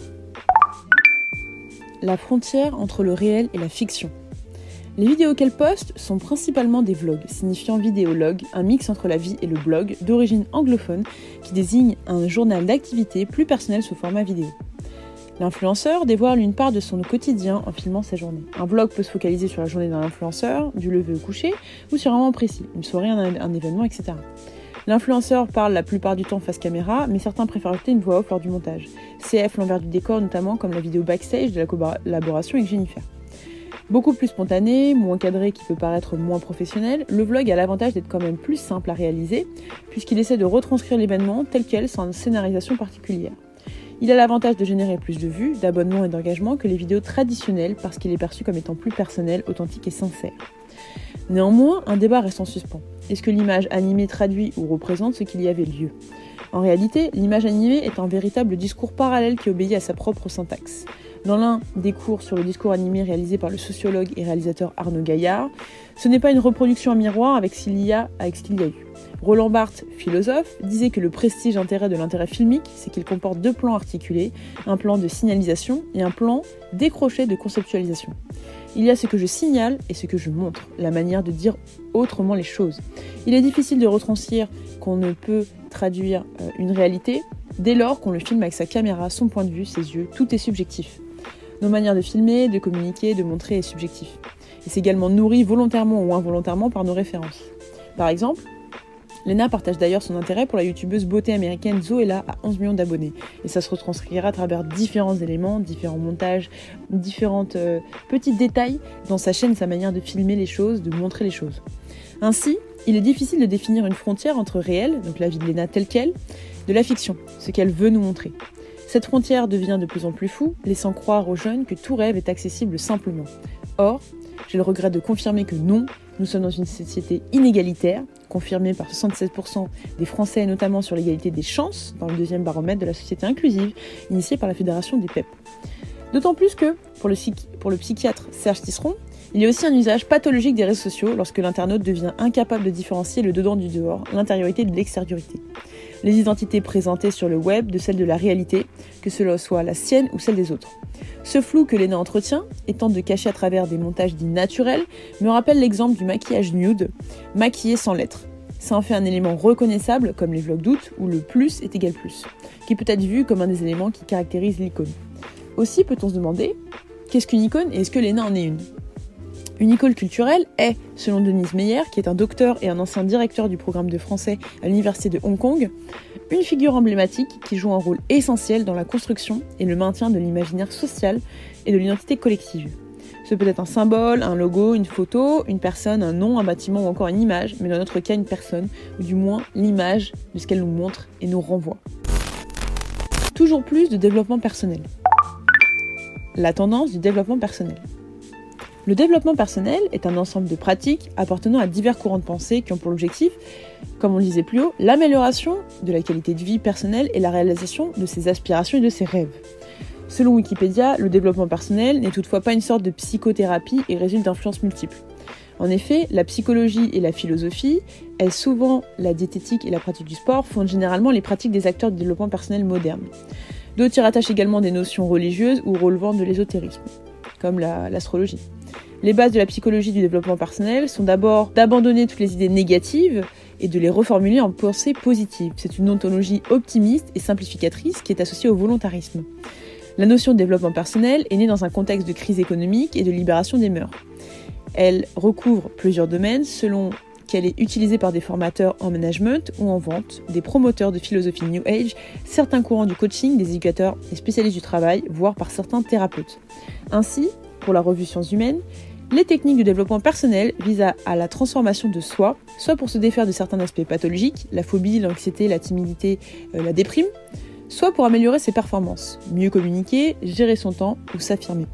La frontière entre le réel et la fiction. Les vidéos qu'elle poste sont principalement des vlogs, signifiant vidéologue, un mix entre la vie et le blog, d'origine anglophone, qui désigne un journal d'activité plus personnel sous format vidéo. L'influenceur dévoile une part de son quotidien en filmant sa journée. Un vlog peut se focaliser sur la journée d'un influenceur, du lever au coucher, ou sur un moment précis, une soirée, un, un événement, et cetera. L'influenceur parle la plupart du temps face caméra, mais certains préfèrent ajouter une voix off lors du montage. C F l'envers du décor notamment, comme la vidéo backstage de la collaboration avec Jennifer. Beaucoup plus spontané, moins cadré qui peut paraître moins professionnel, le vlog a l'avantage d'être quand même plus simple à réaliser, puisqu'il essaie de retranscrire l'événement tel quel sans scénarisation particulière. Il a l'avantage de générer plus de vues, d'abonnements et d'engagement que les vidéos traditionnelles parce qu'il est perçu comme étant plus personnel, authentique et sincère. Néanmoins, un débat reste en suspens. Est-ce que l'image animée traduit ou représente ce qu'il y avait lieu ? En réalité, l'image animée est un véritable discours parallèle qui obéit à sa propre syntaxe. Dans l'un des cours sur le discours animé réalisé par le sociologue et réalisateur Arnaud Gaillard, ce n'est pas une reproduction en miroir avec ce qu'il y a, avec ce qu'il y a eu. Roland Barthes, philosophe, disait que le prestige intérêt de l'intérêt filmique, c'est qu'il comporte deux plans articulés, un plan de signalisation et un plan décroché de conceptualisation. Il y a ce que je signale et ce que je montre, la manière de dire autrement les choses. Il est difficile de retranscrire qu'on ne peut traduire une réalité dès lors qu'on le filme avec sa caméra, son point de vue, ses yeux, tout est subjectif. Nos manières de filmer, de communiquer, de montrer est subjectif. Et c'est également nourri volontairement ou involontairement par nos références. Par exemple, Léna partage d'ailleurs son intérêt pour la youtubeuse beauté américaine Zoella à onze millions d'abonnés. Et ça se retranscrira à travers différents éléments, différents montages, différents euh, petits détails dans sa chaîne, sa manière de filmer les choses, de montrer les choses. Ainsi, il est difficile de définir une frontière entre réel, donc la vie de Léna telle qu'elle, de la fiction, ce qu'elle veut nous montrer. Cette frontière devient de plus en plus floue, laissant croire aux jeunes que tout rêve est accessible simplement. Or, j'ai le regret de confirmer que non, nous sommes dans une société inégalitaire, confirmée par soixante-seize pour cent des Français, notamment sur l'égalité des chances, dans le deuxième baromètre de la société inclusive, initié par la Fédération des P E P. D'autant plus que, pour le, pour le psychiatre Serge Tisseron, il y a aussi un usage pathologique des réseaux sociaux lorsque l'internaute devient incapable de différencier le dedans du dehors, l'intériorité de l'extériorité. Les identités présentées sur le web de celles de la réalité, que cela soit la sienne ou celle des autres. Ce flou que Léna entretient, et tente de cacher à travers des montages dits naturels, me rappelle l'exemple du maquillage nude, maquillé sans lettres. Ça en fait un élément reconnaissable, comme les vlogs d'août, où le plus est égal plus, qui peut être vu comme un des éléments qui caractérisent l'icône. Aussi peut-on se demander, qu'est-ce qu'une icône et est-ce que Léna en est une ? Une icône culturelle est, selon Denise Meyer, qui est un docteur et un ancien directeur du programme de français à l'université de Hong Kong, une figure emblématique qui joue un rôle essentiel dans la construction et le maintien de l'imaginaire social et de l'identité collective. Ce peut être un symbole, un logo, une photo, une personne, un nom, un bâtiment ou encore une image, mais dans notre cas une personne, ou du moins l'image de ce qu'elle nous montre et nous renvoie. Toujours plus de développement personnel. La tendance du développement personnel. Le développement personnel est un ensemble de pratiques appartenant à divers courants de pensée qui ont pour objectif, comme on le disait plus haut, l'amélioration de la qualité de vie personnelle et la réalisation de ses aspirations et de ses rêves. Selon Wikipédia, le développement personnel n'est toutefois pas une sorte de psychothérapie et résulte d'influences multiples. En effet, la psychologie et la philosophie, et souvent la diététique et la pratique du sport, fondent généralement les pratiques des acteurs du développement personnel moderne. D'autres y rattachent également des notions religieuses ou relevant de l'ésotérisme, comme la, l'astrologie. Les bases de la psychologie du développement personnel sont d'abord d'abandonner toutes les idées négatives et de les reformuler en pensée positive. C'est une ontologie optimiste et simplificatrice qui est associée au volontarisme. La notion de développement personnel est née dans un contexte de crise économique et de libération des mœurs. Elle recouvre plusieurs domaines selon qu'elle est utilisée par des formateurs en management ou en vente, des promoteurs de philosophie New Age, certains courants du coaching, des éducateurs et spécialistes du travail, voire par certains thérapeutes. Ainsi, pour la revue Sciences Humaines, les techniques du développement personnel visent à, à la transformation de soi, soit pour se défaire de certains aspects pathologiques, la phobie, l'anxiété, la timidité, euh, la déprime, soit pour améliorer ses performances, mieux communiquer, gérer son temps ou s'affirmer.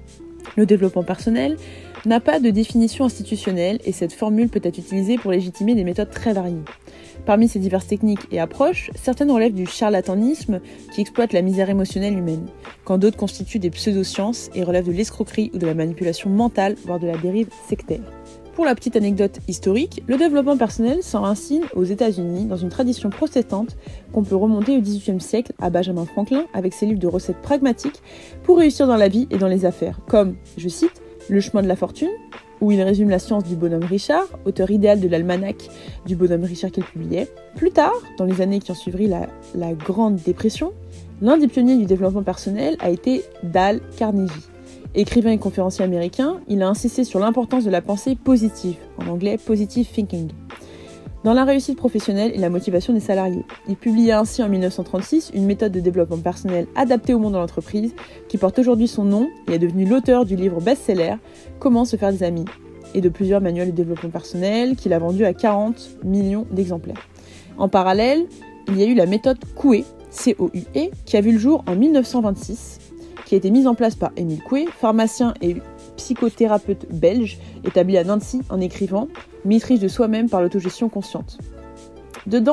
Le développement personnel n'a pas de définition institutionnelle et cette formule peut être utilisée pour légitimer des méthodes très variées. Parmi ces diverses techniques et approches, certaines relèvent du charlatanisme qui exploite la misère émotionnelle humaine, quand d'autres constituent des pseudosciences et relèvent de l'escroquerie ou de la manipulation mentale, voire de la dérive sectaire. Pour la petite anecdote historique, le développement personnel s'enracine aux États-Unis dans une tradition protestante qu'on peut remonter au dix-huitième siècle à Benjamin Franklin avec ses livres de recettes pragmatiques pour réussir dans la vie et dans les affaires, comme, je cite, Le chemin de la fortune, où il résume la science du bonhomme Richard, auteur idéal de l'almanach du bonhomme Richard qu'il publiait. Plus tard, dans les années qui ont suivi la, la Grande Dépression, l'un des pionniers du développement personnel a été Dale Carnegie. Écrivain et conférencier américain, il a insisté sur l'importance de la pensée positive, en anglais positive thinking, dans la réussite professionnelle et la motivation des salariés. Il publia ainsi en mille neuf cent trente-six une méthode de développement personnel adaptée au monde de l'entreprise qui porte aujourd'hui son nom et est devenu l'auteur du livre best-seller « Comment se faire des amis » et de plusieurs manuels de développement personnel qu'il a vendu à quarante millions d'exemplaires. En parallèle, il y a eu la méthode Coué, C O U E, qui a vu le jour en mille neuf cent vingt-six, qui a été mise en place par Émile Coué, pharmacien et psychothérapeute belge, établi à Nancy en écrivant « Maîtrise de soi-même par l'autogestion consciente ». Dedans,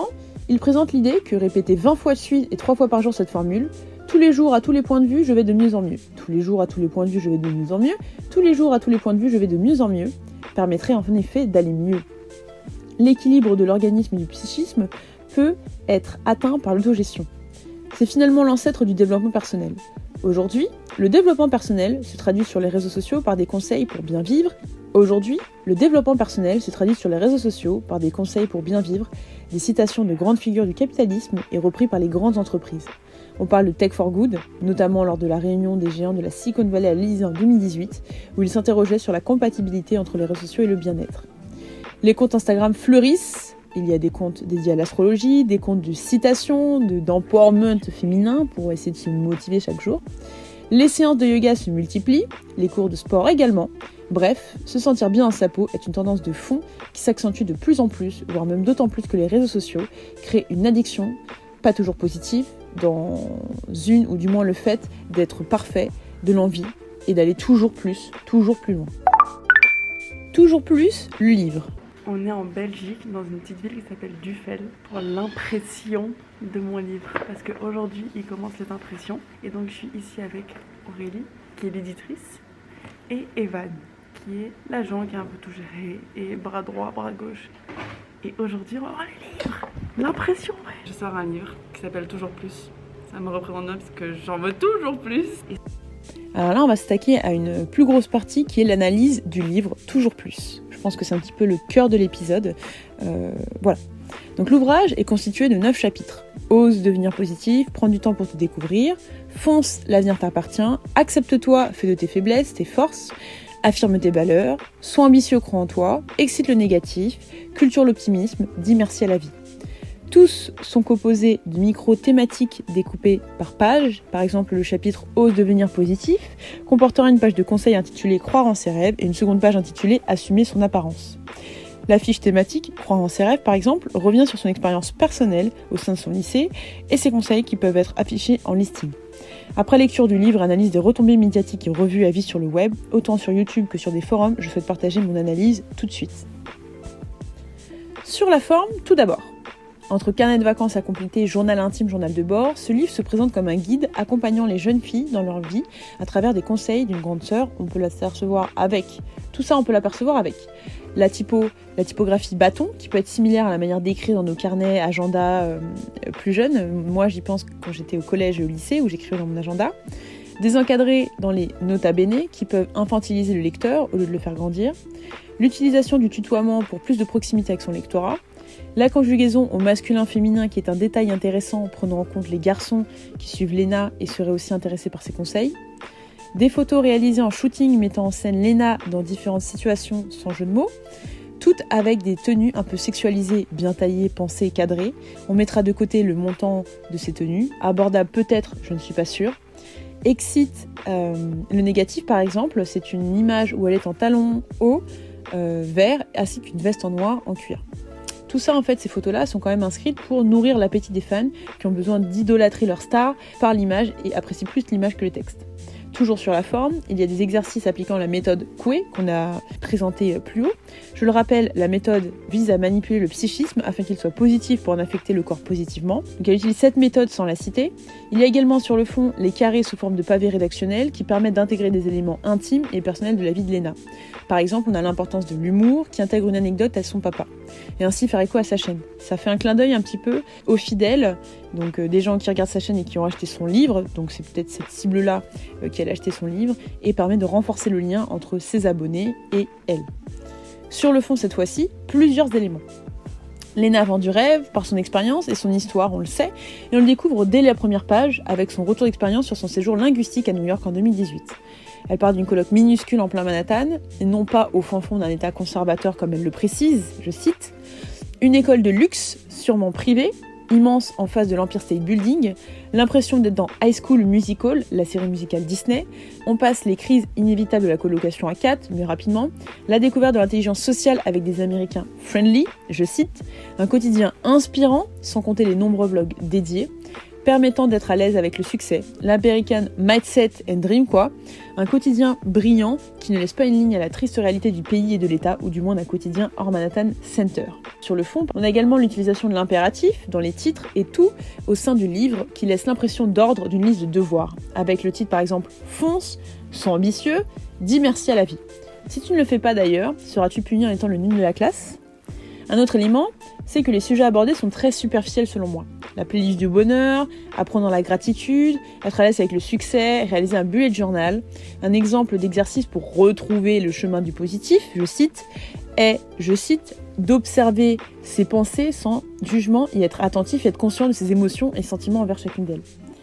Il présente l'idée que répéter vingt fois de suite et trois fois par jour cette formule, tous les jours à tous les points de vue, je vais de mieux en mieux. Tous les jours à tous les points de vue, je vais de mieux en mieux. Tous les jours à tous les points de vue, je vais de mieux en mieux, permettrait en effet d'aller mieux. L'équilibre de l'organisme et du psychisme peut être atteint par l'autogestion. C'est finalement l'ancêtre du développement personnel. Aujourd'hui, le développement personnel se traduit sur les réseaux sociaux par des conseils pour bien vivre. Aujourd'hui, le développement personnel se traduit sur les réseaux sociaux par des conseils pour bien vivre, des citations de grandes figures du capitalisme et repris par les grandes entreprises. On parle de Tech for Good, notamment lors de la réunion des géants de la Silicon Valley à l'Élysée en deux mille dix-huit, où ils s'interrogeaient sur la compatibilité entre les réseaux sociaux et le bien-être. Les comptes Instagram fleurissent. Il y a des comptes dédiés à l'astrologie, des comptes de citation, de, d'empowerment féminin pour essayer de se motiver chaque jour. Les séances de yoga se multiplient, les cours de sport également. Bref, se sentir bien dans sa peau est une tendance de fond qui s'accentue de plus en plus, voire même d'autant plus que les réseaux sociaux créent une addiction, pas toujours positive, dans une ou du moins le fait d'être parfait, de l'envie et d'aller toujours plus, toujours plus loin. Toujours plus, le livre. On est en Belgique, dans une petite ville qui s'appelle Duffel, pour l'impression de mon livre. Parce qu'aujourd'hui, il commence les impressions. Et donc, je suis ici avec Aurélie, qui est l'éditrice, et Evan, qui est l'agent qui a un peu tout géré, et bras droit, bras gauche. Et aujourd'hui, on va voir les livres. L'impression, ouais. Je sors un livre qui s'appelle Toujours Plus. Ça me représente parce que j'en veux toujours plus. Et... Alors là, on va s'attaquer à une plus grosse partie qui est l'analyse du livre Toujours Plus. Je pense que c'est un petit peu le cœur de l'épisode. Euh, voilà. Donc l'ouvrage est constitué de neuf chapitres. Ose devenir positif, prends du temps pour te découvrir, fonce, l'avenir t'appartient, accepte-toi, fais de tes faiblesses, tes forces, affirme tes valeurs, sois ambitieux, crois en toi, excite le négatif, culture l'optimisme, dis merci à la vie. Tous sont composés de micro-thématiques découpées par page, par exemple le chapitre « Ose devenir positif » comportera une page de conseils intitulée « Croire en ses rêves » et une seconde page intitulée « Assumer son apparence ». La fiche thématique « Croire en ses rêves » par exemple revient sur son expérience personnelle au sein de son lycée et ses conseils qui peuvent être affichés en listing. Après lecture du livre, analyse des retombées médiatiques et revues à vie sur le web, autant sur YouTube que sur des forums, je souhaite partager mon analyse tout de suite. Sur la forme, tout d'abord. Entre carnet de vacances à compléter, journal intime, journal de bord, ce livre se présente comme un guide accompagnant les jeunes filles dans leur vie à travers des conseils d'une grande sœur. On peut l'apercevoir avec, tout ça on peut l'apercevoir avec la typo, la typographie bâton qui peut être similaire à la manière d'écrire dans nos carnets, agendas euh, plus jeunes. Moi j'y pense quand j'étais au collège et au lycée où j'écrivais dans mon agenda. Des encadrés dans les nota bene qui peuvent infantiliser le lecteur au lieu de le faire grandir. L'utilisation du tutoiement pour plus de proximité avec son lectorat. La conjugaison au masculin-féminin qui est un détail intéressant prenant en compte les garçons qui suivent Léna et seraient aussi intéressés par ses conseils. Des photos réalisées en shooting mettant en scène Léna dans différentes situations sans jeu de mots, toutes avec des tenues un peu sexualisées, bien taillées, pensées, cadrées. On mettra de côté le montant de ces tenues, abordable peut-être, je ne suis pas sûre. Excite euh, le négatif par exemple, c'est une image où elle est en talons hauts, euh, verts, ainsi qu'une veste en noir en cuir. Tout ça, en fait, ces photos-là sont quand même inscrites pour nourrir l'appétit des fans qui ont besoin d'idolâtrer leur star par l'image et apprécient plus l'image que le texte. Toujours sur la forme, il y a des exercices appliquant la méthode Coué qu'on a présentée plus haut. Je le rappelle, la méthode vise à manipuler le psychisme afin qu'il soit positif pour en affecter le corps positivement. Donc elle utilise cette méthode sans la citer. Il y a également sur le fond les carrés sous forme de pavés rédactionnels qui permettent d'intégrer des éléments intimes et personnels de la vie de Léna. Par exemple, on a l'importance de l'humour qui intègre une anecdote à son papa. Et ainsi faire écho à sa chaîne. Ça fait un clin d'œil un petit peu aux fidèles, donc euh, des gens qui regardent sa chaîne et qui ont acheté son livre, donc c'est peut-être cette cible-là euh, qui a acheté son livre, et permet de renforcer le lien entre ses abonnés et elle. Sur le fond cette fois-ci, plusieurs éléments. Léna vend du rêve par son expérience et son histoire, on le sait, et on le découvre dès la première page avec son retour d'expérience sur son séjour linguistique à New York en deux mille dix-huit. Elle part d'une coloc minuscule en plein Manhattan, et non pas au fin fond d'un état conservateur comme elle le précise, je cite, une école de luxe, sûrement privée, immense en face de l'Empire State Building, l'impression d'être dans High School Musical, la série musicale Disney, on passe les crises inévitables de la colocation à quatre, mais rapidement, la découverte de l'intelligence sociale avec des Américains friendly, je cite, un quotidien inspirant, sans compter les nombreux vlogs dédiés, permettant d'être à l'aise avec le succès, l'American Mindset and Dream quoi, un quotidien brillant qui ne laisse pas une ligne à la triste réalité du pays et de l'État, ou du moins d'un quotidien hors Manhattan Center. Sur le fond, on a également l'utilisation de l'impératif dans les titres et tout au sein du livre qui laisse l'impression d'ordre d'une liste de devoirs, avec le titre par exemple « Fonce, sois ambitieux, dis merci à la vie ». Si tu ne le fais pas d'ailleurs, seras-tu puni en étant le nul de la classe ? Un autre élément, c'est que les sujets abordés sont très superficiels selon moi. La playlist du bonheur, apprendre la gratitude, être à l'aise avec le succès, réaliser un bullet journal. Un exemple d'exercice pour retrouver le chemin du positif, je cite, est, je cite, d'observer ses pensées sans jugement et être attentif et être conscient de ses émotions et sentiments envers chacune d'elles.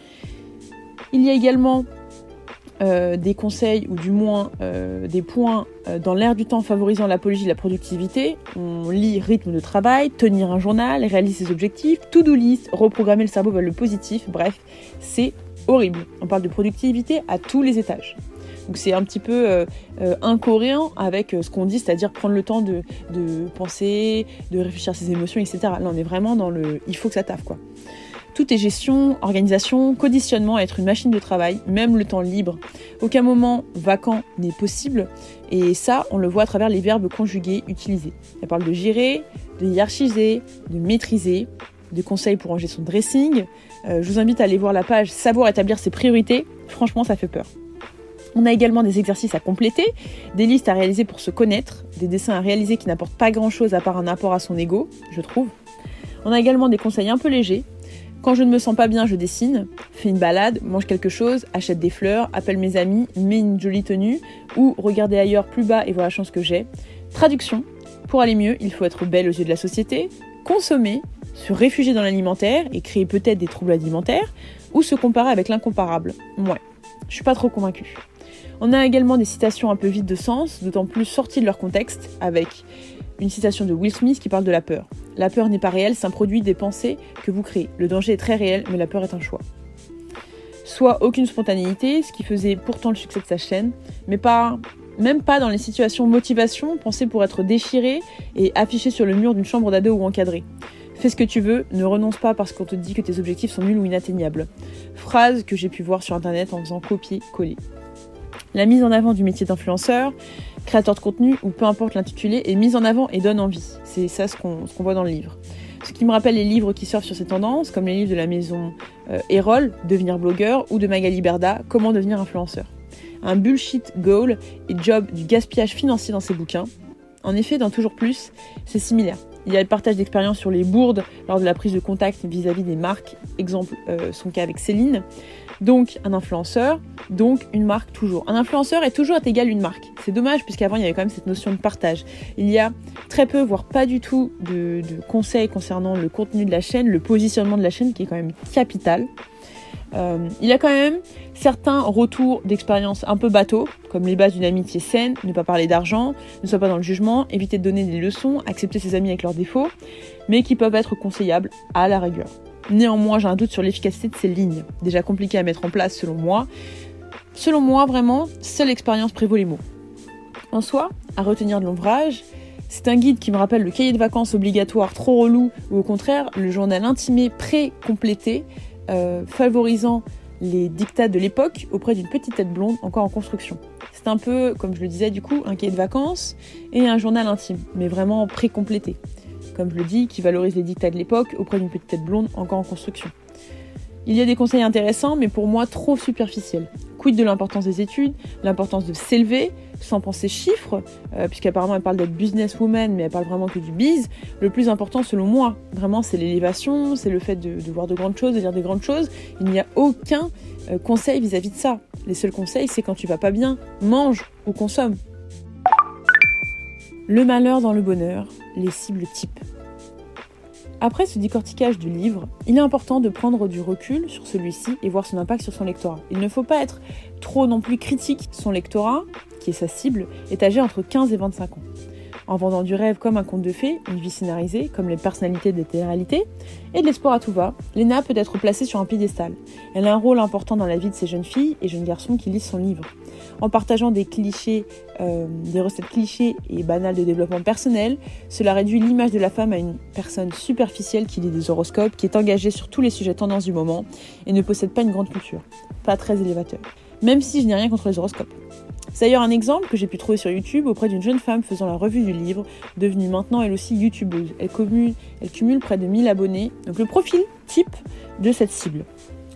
Il y a également Euh, des conseils ou du moins euh, des points euh, dans l'air du temps favorisant l'apologie de la productivité. On lit rythme de travail, tenir un journal, réaliser ses objectifs, to-do list, reprogrammer le cerveau vers le positif, bref, c'est horrible. On parle de productivité à tous les étages. Donc c'est un petit peu euh, euh, incohérent avec euh, ce qu'on dit, c'est-à-dire prendre le temps de, de penser, de réfléchir à ses émotions, et cetera. Là on est vraiment dans le « il faut que ça taffe » quoi. Tout est gestion, organisation, conditionnement à être une machine de travail, même le temps libre. Aucun moment vacant n'est possible, et ça, on le voit à travers les verbes conjugués utilisés. Elle parle de gérer, de hiérarchiser, de maîtriser, de conseils pour ranger son dressing. Euh, je vous invite à aller voir la page « Savoir établir ses priorités », franchement ça fait peur. On a également des exercices à compléter, des listes à réaliser pour se connaître, des dessins à réaliser qui n'apportent pas grand-chose à part un apport à son ego, je trouve. On a également des conseils un peu légers. Quand je ne me sens pas bien, je dessine, fais une balade, mange quelque chose, achète des fleurs, appelle mes amis, mets une jolie tenue, ou regardez ailleurs plus bas et voir la chance que j'ai. Traduction, pour aller mieux, il faut être belle aux yeux de la société, consommer, se réfugier dans l'alimentaire et créer peut-être des troubles alimentaires, ou se comparer avec l'incomparable. Ouais, je suis pas trop convaincue. On a également des citations un peu vides de sens, d'autant plus sorties de leur contexte, avec une citation de Will Smith qui parle de la peur. La peur n'est pas réelle, c'est un produit des pensées que vous créez. Le danger est très réel, mais la peur est un choix. Soit aucune spontanéité, ce qui faisait pourtant le succès de sa chaîne, mais pas, même pas dans les situations motivation, pensées pour être déchirées et affichées sur le mur d'une chambre d'ado ou encadrée. Fais ce que tu veux, ne renonce pas parce qu'on te dit que tes objectifs sont nuls ou inatteignables. Phrase que j'ai pu voir sur internet en faisant copier-coller. La mise en avant du métier d'influenceur, créateur de contenu ou peu importe l'intitulé est mise en avant et donne envie. C'est ça ce qu'on, ce qu'on voit dans le livre. Ce qui me rappelle les livres qui surfent sur ces tendances, comme les livres de la maison euh, Erol, Devenir blogueur, ou de Magali Berda, Comment devenir influenceur. Un bullshit goal et job du gaspillage financier dans ces bouquins. En effet, dans Toujours Plus, c'est similaire. Il y a le partage d'expériences sur les bourdes lors de la prise de contact vis-à-vis des marques. Exemple, euh, son cas avec Céline. Donc, un influenceur, donc une marque toujours. Un influenceur est toujours égal à une marque. C'est dommage, puisqu'avant, il y avait quand même cette notion de partage. Il y a très peu, voire pas du tout, de, de conseils concernant le contenu de la chaîne, le positionnement de la chaîne, qui est quand même capital. Euh, il y a quand même certains retours d'expérience un peu bateaux, comme les bases d'une amitié saine, ne pas parler d'argent, ne sois pas dans le jugement, éviter de donner des leçons, accepter ses amis avec leurs défauts, mais qui peuvent être conseillables à la rigueur. Néanmoins, j'ai un doute sur l'efficacité de ces lignes, déjà compliquées à mettre en place selon moi. Selon moi, vraiment, seule l'expérience prévaut les mots. En soi, à retenir de l'ouvrage, c'est un guide qui me rappelle le cahier de vacances obligatoire trop relou, ou au contraire, le journal intimé pré-complété, euh, favorisant les dictats de l'époque auprès d'une petite tête blonde encore en construction. C'est un peu, comme je le disais du coup, un cahier de vacances et un journal intime, mais vraiment pré-complété. Comme je le dis, qui valorise les dictats de l'époque auprès d'une petite tête blonde encore en construction. Il y a des conseils intéressants, mais pour moi trop superficiels. Quid de l'importance des études, l'importance de s'élever, sans penser chiffres, euh, puisqu'apparemment elle parle d'être businesswoman, mais elle parle vraiment que du biz. Le plus important selon moi, vraiment, c'est l'élévation, c'est le fait de, de voir de grandes choses, de dire de grandes choses. Il n'y a aucun euh, conseil vis-à-vis de ça. Les seuls conseils, c'est quand tu vas pas bien, mange ou consomme. Le malheur dans le bonheur, les cibles types. Après ce décortiquage du livre, il est important de prendre du recul sur celui-ci et voir son impact sur son lectorat. Il ne faut pas être trop non plus critique. Son lectorat, qui est sa cible, est âgé entre quinze et vingt-cinq ans. en vendant du rêve comme un conte de fées, une vie scénarisée comme les personnalités des télé-réalités, et de l'espoir à tout va, Léna peut être placée sur un piédestal. Elle a un rôle important dans la vie de ces jeunes filles et jeunes garçons qui lisent son livre. En partageant des clichés, euh, des recettes clichés et banales de développement personnel, cela réduit l'image de la femme à une personne superficielle qui lit des horoscopes, qui est engagée sur tous les sujets tendances du moment et ne possède pas une grande culture. Pas très élévateur. Même si je n'ai rien contre les horoscopes. C'est d'ailleurs un exemple que j'ai pu trouver sur YouTube auprès d'une jeune femme faisant la revue du livre, devenue maintenant elle aussi youtubeuse. Elle cumule, elle cumule près de mille abonnés, donc le profil type de cette cible.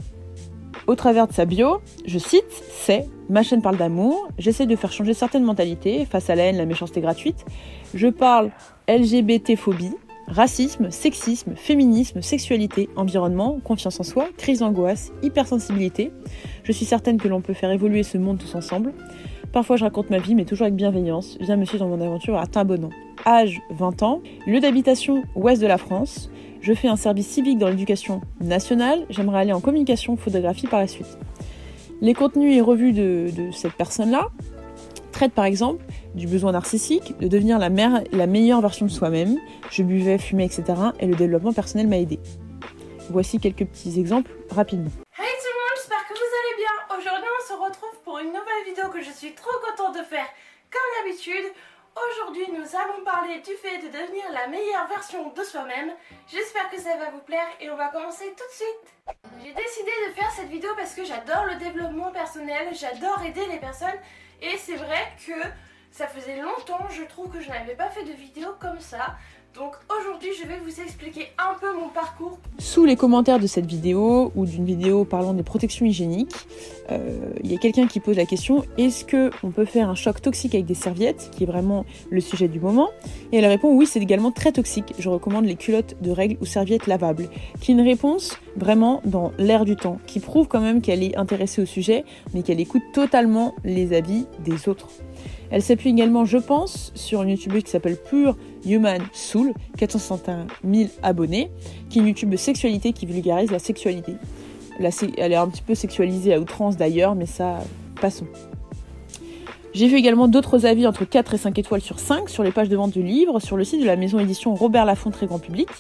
Au travers de sa bio, je cite, c'est « Ma chaîne parle d'amour, j'essaie de faire changer certaines mentalités face à la haine, la méchanceté gratuite. Je parle L G B T-phobie, racisme, sexisme, féminisme, sexualité, environnement, confiance en soi, crise d'angoisse, hypersensibilité. Je suis certaine que l'on peut faire évoluer ce monde tous ensemble. Parfois je raconte ma vie, mais toujours avec bienveillance. Viens me suivre dans mon aventure à t'abonnant. Âge vingt ans, lieu d'habitation ouest de la France. Je fais un service civique dans l'éducation nationale. J'aimerais aller en communication, photographie par la suite. Les contenus et revues de, de cette personne-là traitent par exemple du besoin narcissique, de devenir la, mère, la meilleure version de soi-même. Je buvais, fumais, et cetera. Et le développement personnel m'a aidé. Voici quelques petits exemples rapidement. Hey tout le monde, j'espère que vous allez bien. Aujourd'hui on se retrouve pour une nouvelle vidéo que je suis trop contente de faire comme d'habitude. Aujourd'hui nous allons parler du fait de devenir la meilleure version de soi-même. J'espère que ça va vous plaire et on va commencer tout de suite. J'ai décidé de faire cette vidéo parce que j'adore le développement personnel, j'adore aider les personnes et c'est vrai que ça faisait longtemps, je trouve que je n'avais pas fait de vidéo comme ça. Donc aujourd'hui je vais vous expliquer un peu mon parcours. Sous les commentaires de cette vidéo ou d'une vidéo parlant des protections hygiéniques, euh, il y a quelqu'un qui pose la question, est-ce qu'on peut faire un choc toxique avec des serviettes, qui est vraiment le sujet du moment? Et elle répond oui, c'est également très toxique, je recommande les culottes de règles ou serviettes lavables, qui est une réponse vraiment dans l'air du temps, qui prouve quand même qu'elle est intéressée au sujet, mais qu'elle écoute totalement les avis des autres. Elle s'appuie également, je pense, sur une youtubeuse qui s'appelle Pure Human Soul, quatre cent soixante et un mille abonnés, qui est une youtubeuse sexualité qui vulgarise la sexualité. La, elle est un petit peu sexualisée à outrance d'ailleurs, mais ça, passons. J'ai vu également d'autres avis entre quatre et cinq étoiles sur cinq sur les pages de vente de livres, sur le site de la maison édition Robert Laffont très grand public.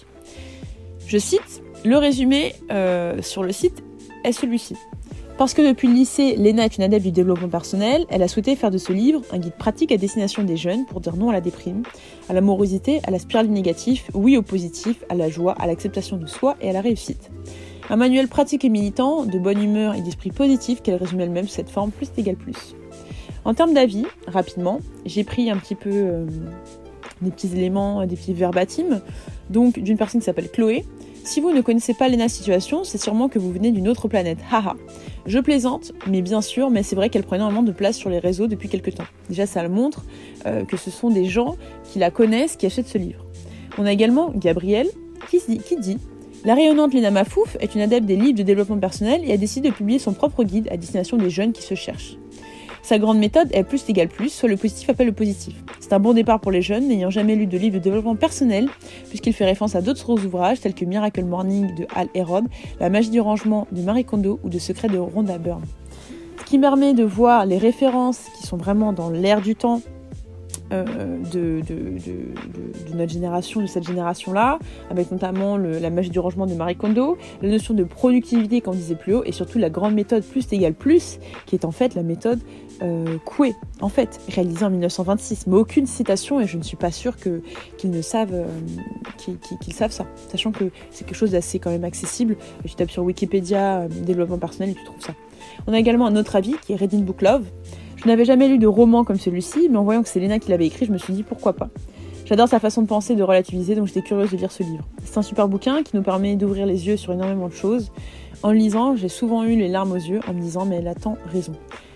Je cite, le résumé euh, sur le site est celui-ci. Parce que depuis le lycée, Léna est une adepte du développement personnel, elle a souhaité faire de ce livre un guide pratique à destination des jeunes pour dire non à la déprime, à l'amorosité, à la spirale du négatif, oui au positif, à la joie, à l'acceptation de soi et à la réussite. Un manuel pratique et militant, de bonne humeur et d'esprit positif qu'elle résume elle-même sous cette forme plus égale plus. En termes d'avis, rapidement, j'ai pris un petit peu euh, des petits éléments, des petits verbatims, donc d'une personne qui s'appelle Chloé. Si vous ne connaissez pas Léna Situation, c'est sûrement que vous venez d'une autre planète. Haha. Je plaisante, mais bien sûr, mais c'est vrai qu'elle prend énormément de place sur les réseaux depuis quelques temps. Déjà, ça le montre euh, que ce sont des gens qui la connaissent, qui achètent ce livre. On a également Gabrielle qui dit, qui dit « La rayonnante Léna Mafouf est une adepte des livres de développement personnel et a décidé de publier son propre guide à destination des jeunes qui se cherchent. Sa grande méthode est plus égale plus, soit le positif appelle le positif. C'est un bon départ pour les jeunes n'ayant jamais lu de livre de développement personnel, puisqu'il fait référence à d'autres ouvrages tels que Miracle Morning de Hal Elrod, La magie du rangement de Marie Kondo ou de Secrets de Rhonda Byrne. Ce qui me permet de voir les références qui sont vraiment dans l'air du temps euh, de, de, de, de, de notre génération, de cette génération-là, avec notamment le, la magie du rangement de Marie Kondo, la notion de productivité qu'on disait plus haut, et surtout la grande méthode plus égale plus, qui est en fait la méthode Euh, Coué, en fait, réalisé en mille neuf cent vingt-six, mais aucune citation et je ne suis pas sûre que, qu'ils ne savent, euh, qu'ils, qu'ils savent ça, sachant que c'est quelque chose d'assez quand même accessible. Tu tapes sur Wikipédia, euh, développement personnel et tu trouves ça. On a également un autre avis qui est Reading Book Love. Je n'avais jamais lu de roman comme celui-ci, mais en voyant que c'est Léna qui l'avait écrit, je me suis dit pourquoi pas. J'adore sa façon de penser et de relativiser, donc j'étais curieuse de lire ce livre. C'est un super bouquin qui nous permet d'ouvrir les yeux sur énormément de choses. En le lisant, j'ai souvent eu les larmes aux yeux en me disant mais elle a tant raison.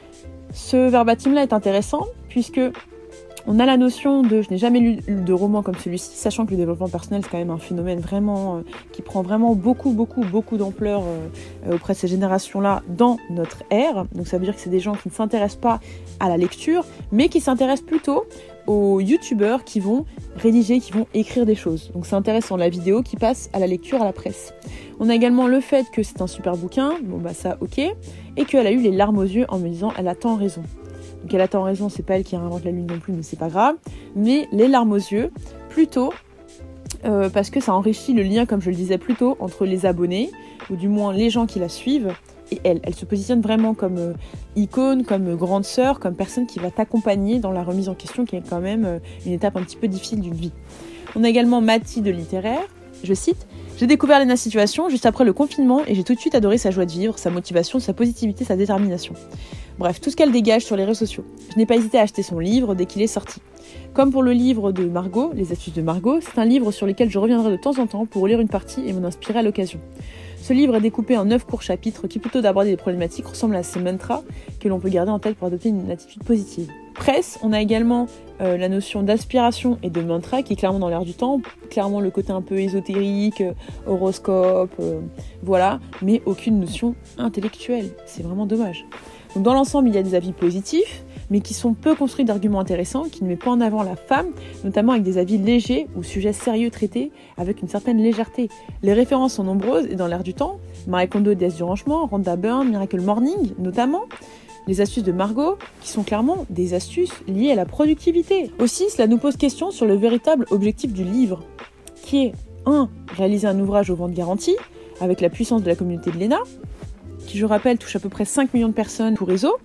Ce verbatim-là est intéressant puisque on a la notion de je n'ai jamais lu de roman comme celui-ci, sachant que le développement personnel c'est quand même un phénomène vraiment euh, qui prend vraiment beaucoup beaucoup beaucoup d'ampleur euh, auprès de ces générations-là dans notre ère. Donc ça veut dire que c'est des gens qui ne s'intéressent pas à la lecture, mais qui s'intéressent plutôt aux youtubeurs qui vont rédiger, qui vont écrire des choses. Donc c'est intéressant, la vidéo qui passe à la lecture, à la presse. On a également le fait que c'est un super bouquin, bon bah ça ok, et qu'elle a eu les larmes aux yeux en me disant elle a tant raison. qu'elle a tant raison, c'est pas elle qui réinvente la lune non plus, mais c'est pas grave. Mais les larmes aux yeux, plutôt euh, parce que ça enrichit le lien, comme je le disais plus tôt, entre les abonnés, ou du moins les gens qui la suivent, et elle. Elle se positionne vraiment comme euh, icône, comme euh, grande sœur, comme personne qui va t'accompagner dans la remise en question, qui est quand même euh, une étape un petit peu difficile d'une vie. On a également Mathie de Littéraire, je cite « J'ai découvert Léna Situation juste après le confinement et j'ai tout de suite adoré sa joie de vivre, sa motivation, sa positivité, sa détermination. Bref, tout ce qu'elle dégage sur les réseaux sociaux. Je n'ai pas hésité à acheter son livre dès qu'il est sorti. Comme pour le livre de Margot, Les astuces de Margot, c'est un livre sur lequel je reviendrai de temps en temps pour lire une partie et m'en inspirer à l'occasion. Ce livre est découpé en neuf courts chapitres qui, plutôt d'aborder des problématiques, ressemblent à ces mantras que l'on peut garder en tête pour adopter une attitude positive. Presse, on a également euh, la notion d'aspiration et de mantra qui est clairement dans l'air du temps, clairement le côté un peu ésotérique, euh, horoscope, euh, voilà, mais aucune notion intellectuelle. C'est vraiment dommage. Donc dans l'ensemble, il y a des avis positifs, mais qui sont peu construits d'arguments intéressants, qui ne mettent pas en avant la femme, notamment avec des avis légers ou sujets sérieux traités avec une certaine légèreté. Les références sont nombreuses et dans l'air du temps, Marie Kondo, déesse du rangement, Rhonda Byrne, Miracle Morning, notamment. Les astuces de Margot, qui sont clairement des astuces liées à la productivité. Aussi, cela nous pose question sur le véritable objectif du livre, qui est un Réaliser un ouvrage aux ventes garanties, avec la puissance de la communauté de Léna, qui, je rappelle, touche à peu près cinq millions de personnes pour réseau.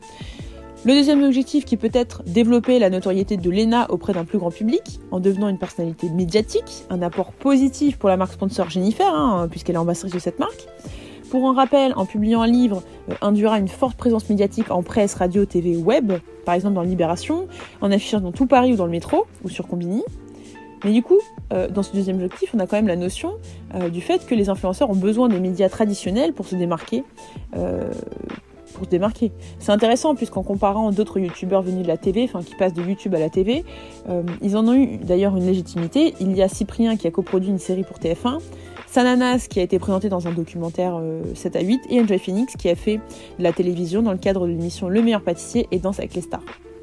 Le deuxième objectif qui peut être développer la notoriété de Léna auprès d'un plus grand public, en devenant une personnalité médiatique, un apport positif pour la marque sponsor Jennifer, hein, puisqu'elle est ambassadrice de cette marque. Pour un rappel, en publiant un livre, euh, induira une forte présence médiatique en presse, radio, T V, web, par exemple dans Libération, en affichant dans tout Paris ou dans le métro, ou sur Combini. Mais du coup, euh, dans ce deuxième objectif, on a quand même la notion euh, du fait que les influenceurs ont besoin des médias traditionnels pour se démarquer. Euh, pour se démarquer. C'est intéressant puisqu'en comparant d'autres youtubeurs venus de la T V, enfin qui passent de YouTube à la T V, euh, ils en ont eu d'ailleurs une légitimité. Il y a Cyprien qui a coproduit une série pour T F un, Sananas qui a été présenté dans un documentaire euh, sept à huit et Enjoy Phoenix qui a fait de la télévision dans le cadre de l'émission Le meilleur pâtissier et Danse avec les stars.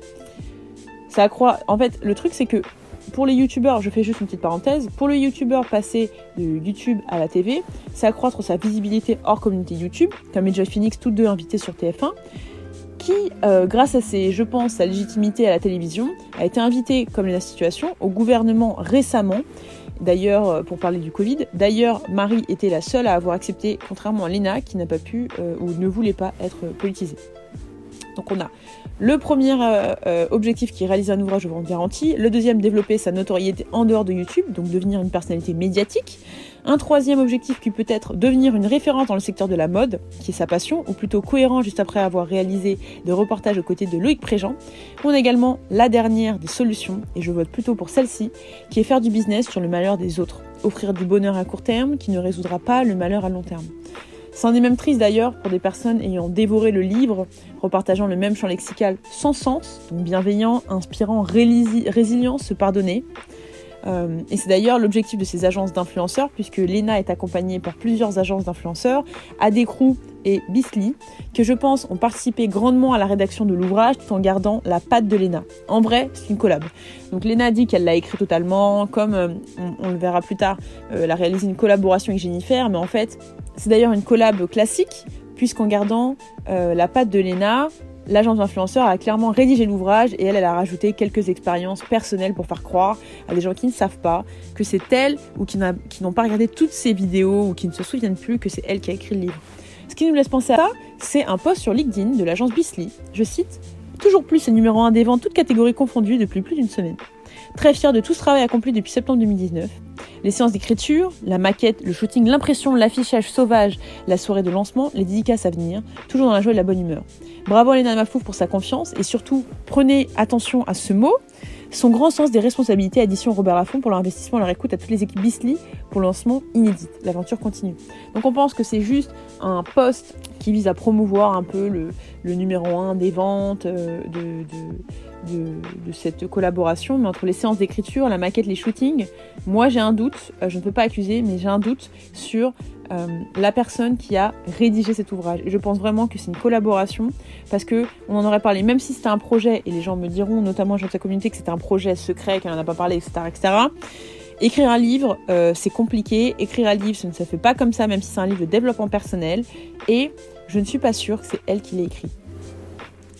Ça accroît. En fait, le truc c'est que pour les youtubeurs, je fais juste une petite parenthèse, pour le youtubeur passer de YouTube à la T V, c'est accroître sa visibilité hors communauté YouTube, comme Enjoy Phoenix, toutes deux invitées sur T F un, qui, euh, grâce à ses, je pense, sa légitimité à la télévision, a été invitée, comme la situation, au gouvernement récemment. D'ailleurs, pour parler du Covid, d'ailleurs, Marie était la seule à avoir accepté, contrairement à Léna, qui n'a pas pu euh, ou ne voulait pas être politisée. Donc on a le premier euh, euh, objectif qui est réaliser un ouvrage aux ventes garanties, le deuxième développer sa notoriété en dehors de YouTube, donc devenir une personnalité médiatique, un troisième objectif qui peut être devenir une référence dans le secteur de la mode, qui est sa passion, ou plutôt cohérent juste après avoir réalisé des reportages aux côtés de Loïc Préjean. On a également la dernière des solutions, et je vote plutôt pour celle-ci, qui est faire du business sur le malheur des autres, offrir du bonheur à court terme qui ne résoudra pas le malheur à long terme. C'en est même triste d'ailleurs pour des personnes ayant dévoré le livre, repartageant le même champ lexical sans sens, donc bienveillant, inspirant, rési- résilient, se pardonner. Euh, et c'est d'ailleurs l'objectif de ces agences d'influenceurs, puisque Léna est accompagnée par plusieurs agences d'influenceurs, Adecrou et Bisly, que je pense ont participé grandement à la rédaction de l'ouvrage tout en gardant la patte de Léna. En vrai, c'est une collab. Donc Léna dit qu'elle l'a écrit totalement, comme euh, on, on le verra plus tard, euh, elle a réalisé une collaboration avec Jennifer, mais en fait, c'est d'ailleurs une collab classique, puisqu'en gardant euh, la patte de Léna, l'agence d'influenceurs a clairement rédigé l'ouvrage et elle, elle a rajouté quelques expériences personnelles pour faire croire à des gens qui ne savent pas que c'est elle ou qui, n'a, qui n'ont pas regardé toutes ces vidéos ou qui ne se souviennent plus que c'est elle qui a écrit le livre. Ce qui nous laisse penser à ça, c'est un post sur LinkedIn de l'agence Bisly. Je cite « Toujours plus est numéro un des ventes, toutes catégories confondues depuis plus d'une semaine. Très fier de tout ce travail accompli depuis septembre deux mille dix-neuf. Les séances d'écriture, la maquette, le shooting, l'impression, l'affichage sauvage, la soirée de lancement, les dédicaces à venir, toujours dans la joie et la bonne humeur. Bravo à Léna Mafouf pour sa confiance et surtout, prenez attention à ce mot, son grand sens des responsabilités, édition Robert Laffont pour leur investissement et leur écoute à toutes les équipes Bisly pour le lancement inédit. L'aventure continue. Donc on pense que c'est juste un post qui vise à promouvoir un peu le, le numéro un des ventes euh, de... de De, de cette collaboration, mais entre les séances d'écriture, la maquette, les shootings, moi j'ai un doute, euh, je ne peux pas accuser, mais j'ai un doute sur euh, la personne qui a rédigé cet ouvrage. Et je pense vraiment que c'est une collaboration, parce que on en aurait parlé, même si c'était un projet, et les gens me diront, notamment les gens de sa communauté, que c'était un projet secret, qu'elle n'en a pas parlé, et cetera, et cetera. Écrire un livre, euh, c'est compliqué. Écrire un livre, ça ne se fait pas comme ça, même si c'est un livre de développement personnel. Et je ne suis pas sûre que c'est elle qui l'a écrit.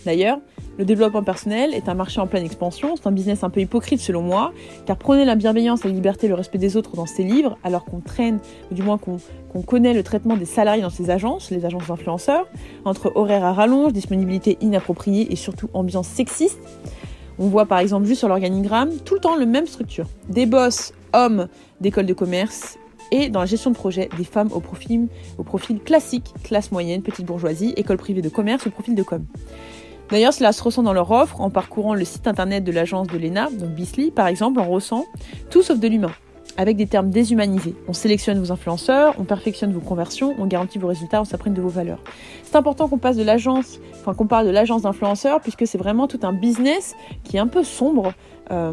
D'ailleurs, le développement personnel est un marché en pleine expansion, c'est un business un peu hypocrite selon moi, car prôner la bienveillance, la liberté, le respect des autres dans ses livres, alors qu'on traîne, ou du moins qu'on, qu'on connaît le traitement des salariés dans ces agences, les agences d'influenceurs, entre horaires à rallonge, disponibilité inappropriée et surtout ambiance sexiste. On voit par exemple juste sur l'organigramme tout le temps la même structure. Des boss, hommes d'école de commerce, et dans la gestion de projet, des femmes au profil, au profil classique, classe moyenne, petite bourgeoisie, école privée de commerce ou profil de com. D'ailleurs, cela se ressent dans leur offre en parcourant le site internet de l'agence de l'E N A, donc Bisley par exemple, on ressent tout sauf de l'humain, avec des termes déshumanisés. On sélectionne vos influenceurs, on perfectionne vos conversions, on garantit vos résultats, on s'imprègne de vos valeurs. C'est important qu'on passe de l'agence, enfin qu'on parle de l'agence d'influenceurs, puisque c'est vraiment tout un business qui est un peu sombre euh,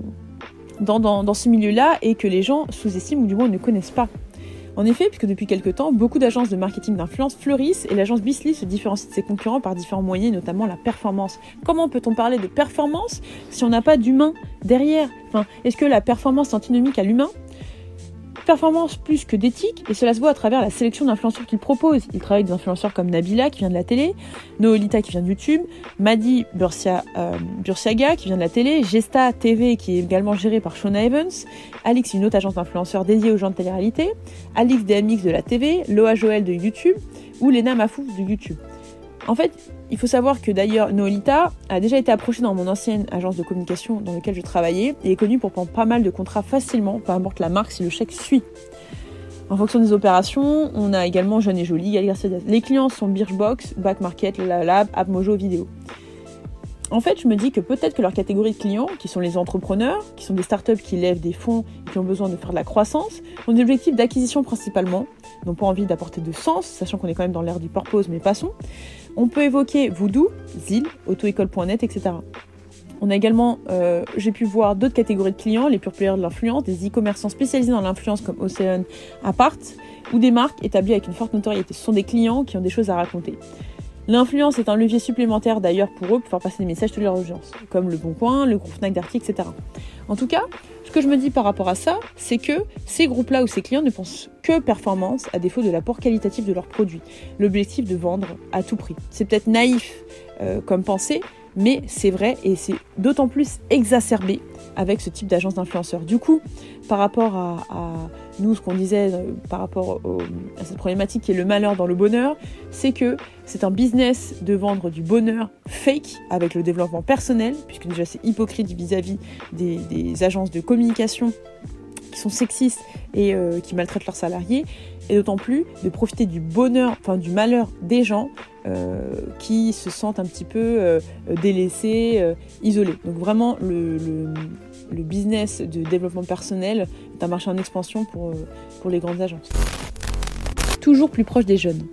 dans, dans, dans ce milieu-là et que les gens sous-estiment ou du moins ne connaissent pas. En effet, puisque depuis quelques temps, beaucoup d'agences de marketing d'influence fleurissent et l'agence Bisley se différencie de ses concurrents par différents moyens, notamment la performance. Comment peut-on parler de performance si on n'a pas d'humain derrière ? Enfin, est-ce que la performance est antinomique à l'humain ? Performance plus que d'éthique, et cela se voit à travers la sélection d'influenceurs qu'il propose. Il travaille avec des influenceurs comme Nabila, qui vient de la télé, Noolita, qui vient de YouTube, Madi Bursia, euh, Bursiaga, qui vient de la télé, Gesta T V, qui est également géré par Shona Evans, Alix, une autre agence d'influenceurs dédiée aux gens de télé-réalité, Alix D M X de la T V, Loa Joël de YouTube, ou Lena Mafouf de YouTube. En fait, il faut savoir que d'ailleurs, Noolita a déjà été approchée dans mon ancienne agence de communication dans laquelle je travaillais et est connue pour prendre pas mal de contrats facilement, peu importe la marque, si le chèque suit. En fonction des opérations, on a également Jeune et Jolie, Gali Garcia. Les clients sont Birchbox, Back Market, La Lab, AppMojo Vidéo. En fait, je me dis que peut-être que leur catégorie de clients, qui sont les entrepreneurs, qui sont des startups qui lèvent des fonds et qui ont besoin de faire de la croissance, ont des objectifs d'acquisition principalement, n'ont pas envie d'apporter de sens, sachant qu'on est quand même dans l'ère du purpose, mais passons. On peut évoquer Voodoo, Zil, autoécole point net, et cetera. On a également, euh, j'ai pu voir d'autres catégories de clients, les pure players de l'influence, des e-commerçants spécialisés dans l'influence comme Océan Apart, ou des marques établies avec une forte notoriété. Ce sont des clients qui ont des choses à raconter. L'influence est un levier supplémentaire d'ailleurs pour eux pour faire passer des messages de leur audience, comme le Bon Coin, le groupe Fnac Darty, et cetera. En tout cas, ce que je me dis par rapport à ça, c'est que ces groupes-là ou ces clients ne pensent que performance à défaut de l'apport qualitatif de leurs produits. L'objectif de vendre à tout prix. C'est peut-être naïf euh, comme pensée, mais c'est vrai et c'est d'autant plus exacerbé avec ce type d'agence d'influenceurs. Du coup, par rapport à, à nous, ce qu'on disait euh, par rapport au, à cette problématique qui est le malheur dans le bonheur, c'est que c'est un business de vendre du bonheur fake avec le développement personnel, puisque déjà c'est hypocrite vis-à-vis des, des agences de communication qui sont sexistes et euh, qui maltraitent leurs salariés, et d'autant plus de profiter du bonheur, enfin du malheur des gens euh, qui se sentent un petit peu euh, délaissés, euh, isolés. Donc vraiment, le, le, le business de développement personnel est un marché en expansion pour, euh, pour les grandes agences. Toujours plus proche des jeunes.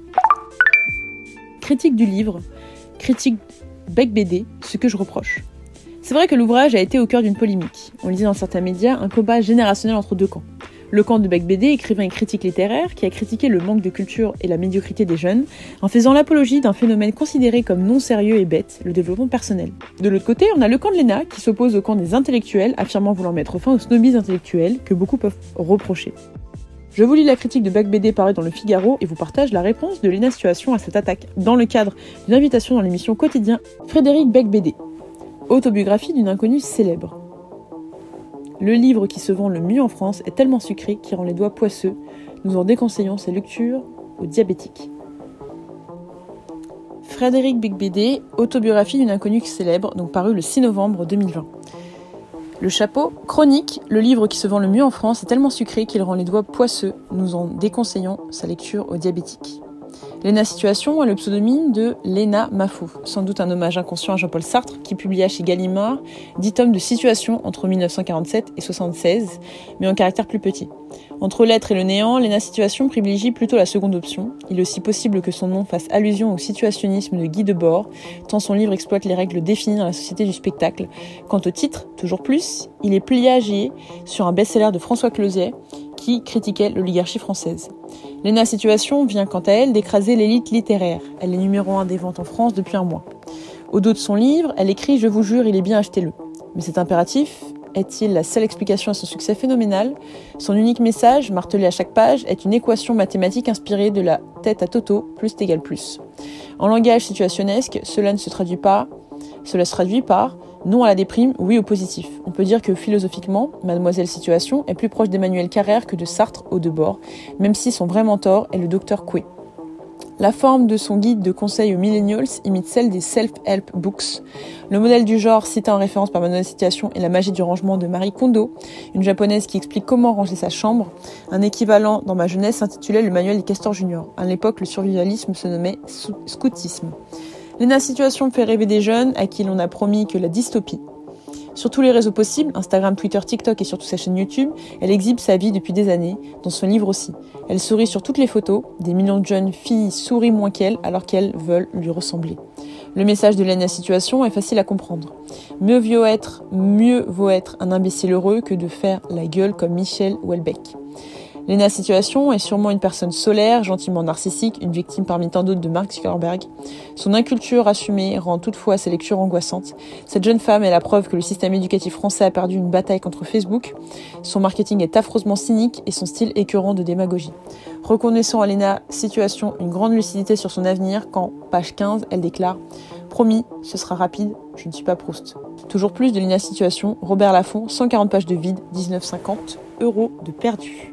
Critique du livre, critique Bec B D, ce que je reproche. C'est vrai que l'ouvrage a été au cœur d'une polémique. On lisait dans certains médias un combat générationnel entre deux camps. Le camp de Bec B D, écrivain et critique littéraire, qui a critiqué le manque de culture et la médiocrité des jeunes, en faisant l'apologie d'un phénomène considéré comme non sérieux et bête, le développement personnel. De l'autre côté, on a le camp de l'E N A, qui s'oppose au camp des intellectuels, affirmant vouloir mettre fin au snobisme intellectuel que beaucoup peuvent reprocher. Je vous lis la critique de Bec B D parue dans le Figaro et vous partage la réponse de l'E N A Situation à cette attaque, dans le cadre d'une invitation dans l'émission Quotidien Frédéric Bec B D. Autobiographie d'une inconnue célèbre. Le livre qui se vend le mieux en France est tellement sucré qu'il rend les doigts poisseux. Nous en déconseillons sa lecture aux diabétiques. Frédéric Bec B D, Autobiographie d'une inconnue célèbre, donc paru le six novembre deux mille vingt. Le chapeau, chronique, le livre qui se vend le mieux en France est tellement sucré qu'il rend les doigts poisseux. Nous en déconseillons sa lecture aux diabétiques. L'E N A Situation est le pseudonyme de Lena Mafouf, sans doute un hommage inconscient à Jean-Paul Sartre, qui publia chez Gallimard dix tomes de Situation entre mille neuf cent quarante-sept et soixante-seize, mais en caractère plus petit. Entre l'être et le néant, l'E N A Situation privilégie plutôt la seconde option. Il est aussi possible que son nom fasse allusion au situationnisme de Guy Debord, tant son livre exploite les règles définies dans la société du spectacle. Quant au titre, toujours plus, il est plagié sur un best-seller de François Closet, qui critiquait l'oligarchie française. L'E N A Situation vient quant à elle d'écraser l'élite littéraire. Elle est numéro un des ventes en France depuis un mois. Au dos de son livre, elle écrit « Je vous jure, il est bien, achetez-le ». Mais cet impératif est-il la seule explication à son succès phénoménal ? Son unique message, martelé à chaque page, est une équation mathématique inspirée de la tête à Toto, plus égale plus. En langage situationnesque, cela ne se traduit pas, cela se traduit par non à la déprime, oui au positif. On peut dire que philosophiquement, Mademoiselle Situation est plus proche d'Emmanuel Carrère que de Sartre au Debord, même si son vrai mentor est le docteur Coué. La forme de son guide de conseils aux millennials imite celle des self-help books. Le modèle du genre cité en référence par Mademoiselle Situation est La magie du rangement de Marie Kondo, une japonaise qui explique comment ranger sa chambre. Un équivalent dans ma jeunesse s'intitulait Le manuel des castors juniors. À l'époque, le survivalisme se nommait scoutisme. Léna Situation fait rêver des jeunes à qui l'on a promis que la dystopie. Sur tous les réseaux possibles, Instagram, Twitter, TikTok et surtout sa chaîne YouTube, elle exhibe sa vie depuis des années, dans son livre aussi. Elle sourit sur toutes les photos, des millions de jeunes filles sourient moins qu'elle alors qu'elles veulent lui ressembler. Le message de Léna Situation est facile à comprendre. Mieux vaut être, mieux vaut être un imbécile heureux que de faire la gueule comme Michel Houellebecq. Léna Situation est sûrement une personne solaire, gentiment narcissique, une victime parmi tant d'autres de Mark Zuckerberg. Son inculture assumée rend toutefois ses lectures angoissantes. Cette jeune femme est la preuve que le système éducatif français a perdu une bataille contre Facebook. Son marketing est affreusement cynique et son style écœurant de démagogie. Reconnaissons à Léna Situation une grande lucidité sur son avenir quand, page quinze, elle déclare « Promis, ce sera rapide, je ne suis pas Proust ». Toujours plus de Léna Situation, Robert Laffont, cent quarante pages de vide, dix-neuf cinquante euros de perdu.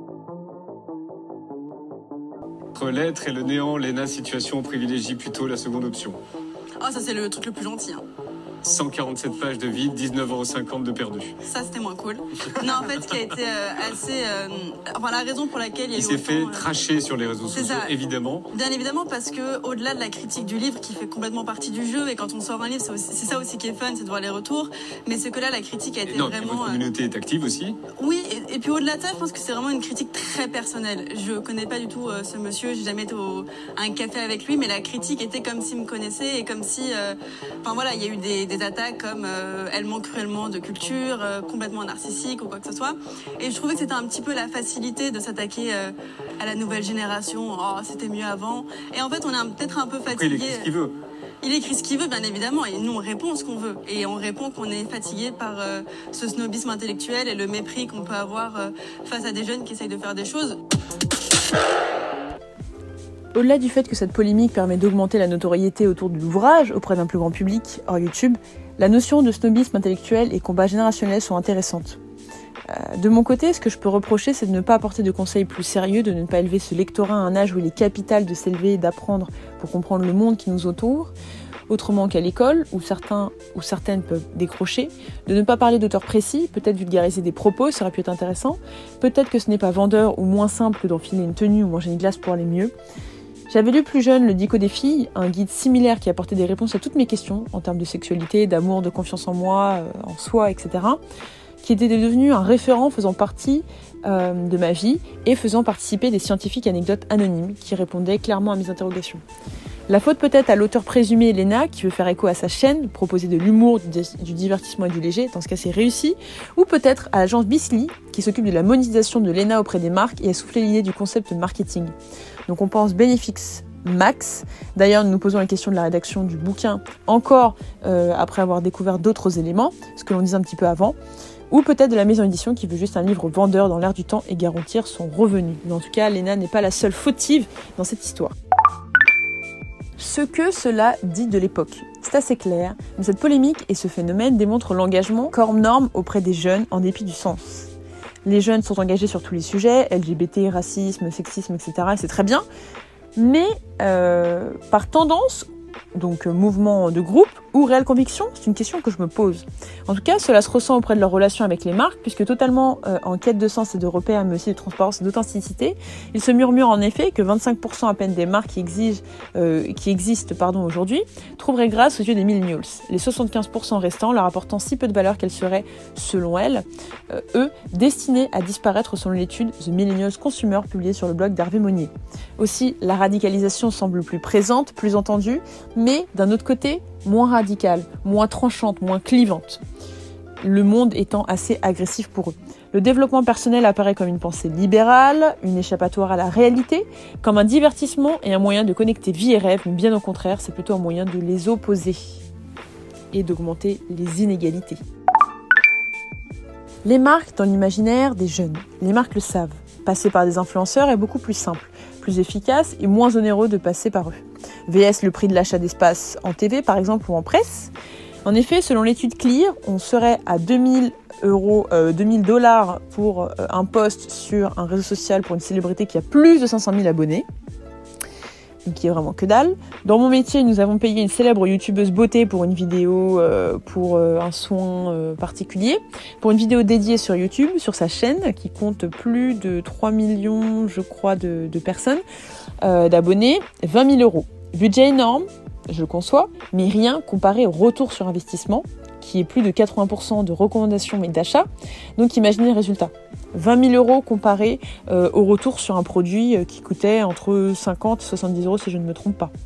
Entre l'être et le néant, Léna Situation privilégie plutôt la seconde option. Ah, oh, ça c'est le truc le plus gentil. Hein. cent quarante-sept pages de vide, dix-neuf euros cinquante de perdu. Ça c'était moins cool. Non, en fait, ce qui a été euh, assez... Euh, enfin, la raison pour laquelle il y a il eu s'est autant, fait euh, tracher sur les réseaux sociaux, ça. évidemment. Bien évidemment, parce que au-delà de la critique du livre qui fait complètement partie du jeu, et quand on sort un livre, c'est, aussi, c'est ça aussi qui est fun, c'est de voir les retours. Mais c'est que là, la critique a été et non, vraiment... votre communauté euh... est active aussi. Oui, et, et puis au-delà de ça, je pense que c'est vraiment une critique très personnelle. Je connais pas du tout euh, ce monsieur, j'ai jamais été au, à un café avec lui, mais la critique était comme s'il me connaissait et comme si... Euh, enfin voilà, il y a eu des, des attaques comme... Euh, elle manque cruellement de culture, euh, complètement narcissique ou quoi que ce soit. Et je trouvais que c'était un petit peu la facilité de s'attaquer euh, à la nouvelle génération. Oh, c'était mieux avant. Et en fait, on est peut-être un peu fatigué. Après, il écrit ce qu'il veut. Il écrit ce qu'il veut, bien évidemment. Et nous, on répond ce qu'on veut. Et on répond qu'on est fatigué par euh, ce snobisme intellectuel et le mépris qu'on peut avoir euh, face à des jeunes qui essayent de faire des choses. Au-delà du fait que cette polémique permet d'augmenter la notoriété autour de l'ouvrage auprès d'un plus grand public, hors YouTube, la notion de snobisme intellectuel et combat générationnel sont intéressantes. Euh, de mon côté, ce que je peux reprocher, c'est de ne pas apporter de conseils plus sérieux, de ne pas élever ce lectorat à un âge où il est capital de s'élever et d'apprendre pour comprendre le monde qui nous entoure, autrement qu'à l'école, où certains ou certaines peuvent décrocher, de ne pas parler d'auteurs précis, peut-être vulgariser des propos, ça aurait pu être intéressant, peut-être que ce n'est pas vendeur ou moins simple que d'enfiler une tenue ou manger une glace pour aller mieux. J'avais lu plus jeune Le Dico des filles, un guide similaire qui apportait des réponses à toutes mes questions en termes de sexualité, d'amour, de confiance en moi, euh, en soi, et cetera, qui était devenu un référent faisant partie euh, de ma vie et faisant participer des scientifiques anecdotes anonymes qui répondaient clairement à mes interrogations. La faute peut-être à l'auteur présumé Léna qui veut faire écho à sa chaîne, proposer de l'humour, du, du divertissement et du léger, dans ce cas c'est réussi, ou peut-être à l'agence Bisly qui s'occupe de la monétisation de Léna auprès des marques et a soufflé l'idée du concept de marketing. Donc on pense bénéfice max. D'ailleurs, nous nous posons la question de la rédaction du bouquin encore euh, après avoir découvert d'autres éléments, ce que l'on disait un petit peu avant, ou peut-être de la maison d'édition qui veut juste un livre vendeur dans l'air du temps et garantir son revenu. Mais en tout cas, Léna n'est pas la seule fautive dans cette histoire. Ce que cela dit de l'époque, c'est assez clair, mais cette polémique et ce phénomène démontrent l'engagement corps-norme auprès des jeunes en dépit du sens. Les jeunes sont engagés sur tous les sujets, L G B T, racisme, sexisme, et cetera, et c'est très bien, mais euh, par tendance, donc euh, mouvement de groupe ou réelle conviction, c'est une question que je me pose. En tout cas, cela se ressent auprès de leur relation avec les marques, puisque totalement euh, en quête de sens et de repères, mais aussi de transparence et d'authenticité, il se murmure en effet que vingt-cinq pour cent à peine des marques qui, exigent, euh, qui existent pardon, aujourd'hui trouveraient grâce aux yeux des millennials. Les soixante-quinze pour cent restants leur apportant si peu de valeur qu'elles seraient, selon elles, euh, eux, destinées à disparaître selon l'étude The Millennials Consumer publiée sur le blog d'Hervé Monnier. Aussi, la radicalisation semble plus présente, plus entendue, mais d'un autre côté, moins radicale, moins tranchante, moins clivante. Le monde étant assez agressif pour eux. Le développement personnel apparaît comme une pensée libérale, une échappatoire à la réalité, comme un divertissement et un moyen de connecter vie et rêve, mais bien au contraire, c'est plutôt un moyen de les opposer et d'augmenter les inégalités. Les marques dans l'imaginaire des jeunes, les marques le savent. Passer par des influenceurs est beaucoup plus simple, plus efficace et moins onéreux de passer par eux. versus le prix de l'achat d'espace en T V par exemple ou en presse. En effet, selon l'étude Clear, on serait à deux mille euros, euh, deux mille dollars pour euh, un post sur un réseau social pour une célébrité qui a plus de cinq cent mille abonnés. Donc qui est vraiment que dalle. Dans mon métier, nous avons payé une célèbre youtubeuse beauté pour une vidéo, euh, pour euh, un soin euh, particulier, pour une vidéo dédiée sur YouTube, sur sa chaîne, qui compte plus de trois millions, je crois, de, de personnes, euh, d'abonnés, vingt mille euros. Budget énorme, je le conçois, mais rien comparé au retour sur investissement, qui est plus de quatre-vingts pour cent de recommandations et d'achats. Donc imaginez le résultat. vingt mille euros comparé euh, au retour sur un produit euh, qui coûtait entre cinquante et soixante-dix euros si je ne me trompe pas.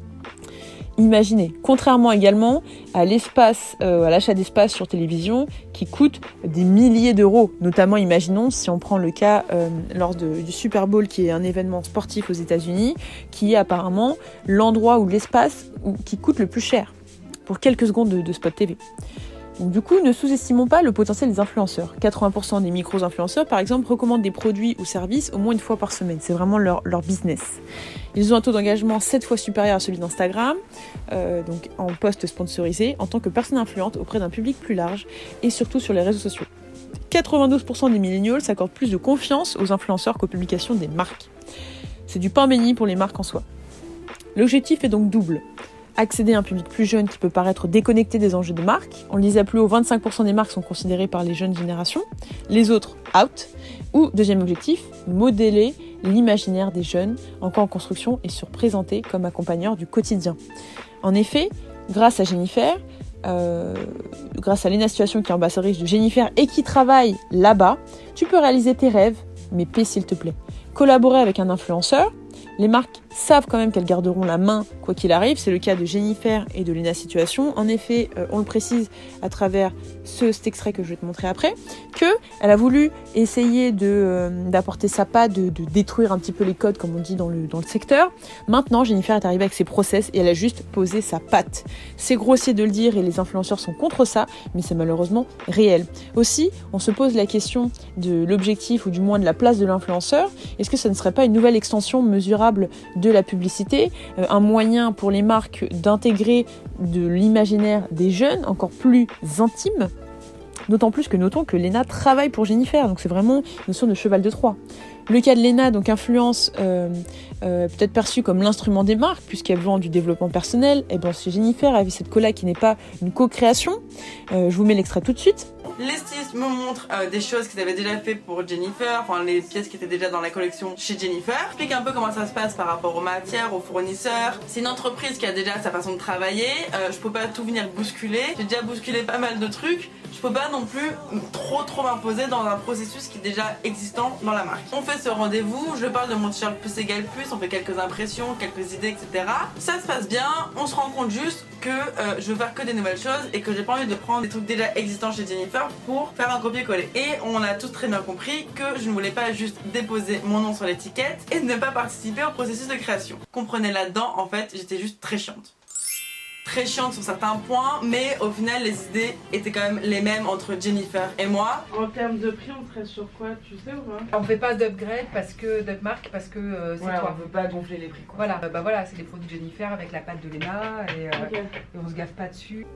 Imaginez, contrairement également à l'espace, euh, à l'achat d'espace sur télévision qui coûte des milliers d'euros. Notamment, imaginons si on prend le cas euh, lors de, du Super Bowl, qui est un événement sportif aux États-Unis, qui est apparemment l'endroit ou l'espace où, qui coûte le plus cher pour quelques secondes de, de spot T V. Donc, du coup, ne sous-estimons pas le potentiel des influenceurs. quatre-vingts pour cent des micro-influenceurs, par exemple, recommandent des produits ou services au moins une fois par semaine. C'est vraiment leur, leur business. Ils ont un taux d'engagement sept fois supérieur à celui d'Instagram, euh, donc en post sponsorisé, en tant que personne influente auprès d'un public plus large et surtout sur les réseaux sociaux. quatre-vingt-douze pour cent des millennials s'accordent plus de confiance aux influenceurs qu'aux publications des marques. C'est du pain béni pour les marques en soi. L'objectif est donc double. Accéder à un public plus jeune qui peut paraître déconnecté des enjeux de marque. On le disait plus haut, vingt-cinq pour cent des marques sont considérées par les jeunes générations, les autres out. Ou, deuxième objectif, modeler l'imaginaire des jeunes encore en construction et se représenter comme accompagneurs du quotidien. En effet, grâce à Jennifer, euh, grâce à Léna Situation qui est ambassadrice de Jennifer et qui travaille là-bas, tu peux réaliser tes rêves, mais paie s'il te plaît. Collaborer avec un influenceur. Les marques savent quand même qu'elles garderont la main quoi qu'il arrive. C'est le cas de Jennifer et de Léna Situation. En effet, euh, on le précise à travers ce, cet extrait que je vais te montrer après, qu'elle a voulu essayer de, euh, d'apporter sa patte, de, de détruire un petit peu les codes, comme on dit dans le, dans le secteur. Maintenant, Jennifer est arrivée avec ses process et elle a juste posé sa patte. C'est grossier de le dire et les influenceurs sont contre ça, mais c'est malheureusement réel. Aussi, on se pose la question de l'objectif ou du moins de la place de l'influenceur. Est-ce que ça ne serait pas une nouvelle extension mesurable de la publicité, euh, un moyen pour les marques d'intégrer de l'imaginaire des jeunes encore plus intime, d'autant plus que notons que Léna travaille pour Jennifer, donc c'est vraiment une notion de cheval de Troie. Le cas de Léna, donc influence euh, euh, peut-être perçue comme l'instrument des marques, puisqu'elle vend du développement personnel, et bien chez Jennifer, avec cette collab qui n'est pas une co-création, euh, je vous mets l'extrait tout de suite. Les stylistes me montrent euh, des choses qu'ils avaient déjà fait pour Jennifer, enfin les pièces qui étaient déjà dans la collection chez Jennifer. Explique un peu comment ça se passe par rapport aux matières, aux fournisseurs. C'est une entreprise qui a déjà sa façon de travailler, euh, je peux pas tout venir bousculer, j'ai déjà bousculé pas mal de trucs, je peux pas non plus trop trop m'imposer dans un processus qui est déjà existant dans la marque. On fait ce rendez-vous, je parle de mon t-shirt plus égal plus, on fait quelques impressions, quelques idées, et cetera. Ça se passe bien, on se rend compte juste que euh, je veux faire que des nouvelles choses et que j'ai pas envie de prendre des trucs déjà existants chez Jennifer pour faire un copier-coller. Et on a tous très bien compris que je ne voulais pas juste déposer mon nom sur l'étiquette et ne pas participer au processus de création. Comprenez là-dedans, en fait, j'étais juste très chiante. Très chiante sur certains points, mais au final les idées étaient quand même les mêmes entre Jennifer et moi. En termes de prix, on serait sur quoi, tu sais ou pas? On fait pas d'upgrade parce que d'upmark parce que euh, c'est ouais, toi. On veut pas gonfler les prix quoi. Voilà, euh, bah voilà, c'est les produits de Jennifer avec la pâte de Léna et, euh, okay. et on se gaffe pas dessus.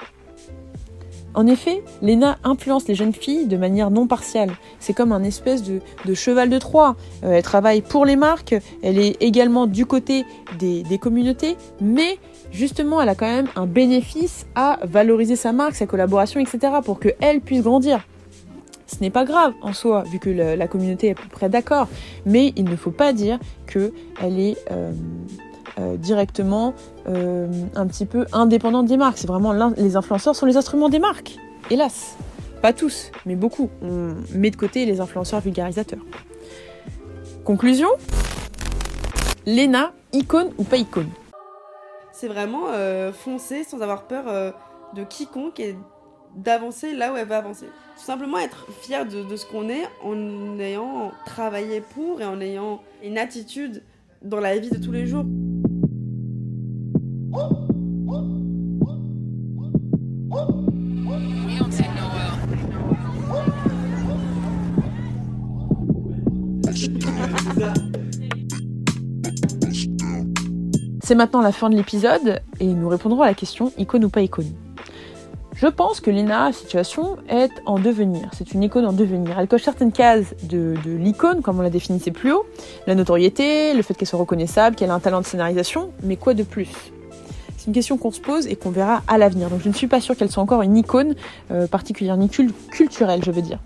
En effet, Léna influence les jeunes filles de manière non partiale. C'est comme un espèce de, de cheval de Troie. Euh, elle travaille pour les marques, elle est également du côté des, des communautés, mais justement, elle a quand même un bénéfice à valoriser sa marque, sa collaboration, et cetera pour qu'elle puisse grandir. Ce n'est pas grave en soi, vu que la, la communauté est à peu près d'accord, mais il ne faut pas dire qu'elle est... Euh, Euh, directement euh, un petit peu indépendante des marques. C'est vraiment les influenceurs sont les instruments des marques. Hélas, pas tous, mais beaucoup. On met de côté les influenceurs vulgarisateurs. Conclusion, Léna, icône ou pas icône? C'est vraiment euh, foncer sans avoir peur euh, de quiconque et d'avancer là où elle va avancer. Tout simplement être fier de, de ce qu'on est en ayant travaillé pour et en ayant une attitude dans la vie de tous les jours. C'est maintenant la fin de l'épisode et nous répondrons à la question icône ou pas icône. Je pense que Léna Situation est en devenir. C'est une icône en devenir. Elle coche certaines cases de, de l'icône, comme on la définissait plus haut. La notoriété, le fait qu'elle soit reconnaissable, qu'elle ait un talent de scénarisation, mais quoi de plus ? C'est une question qu'on se pose et qu'on verra à l'avenir. Donc je ne suis pas sûre qu'elle soit encore une icône euh, particulière, ni cul- culturelle, je veux dire.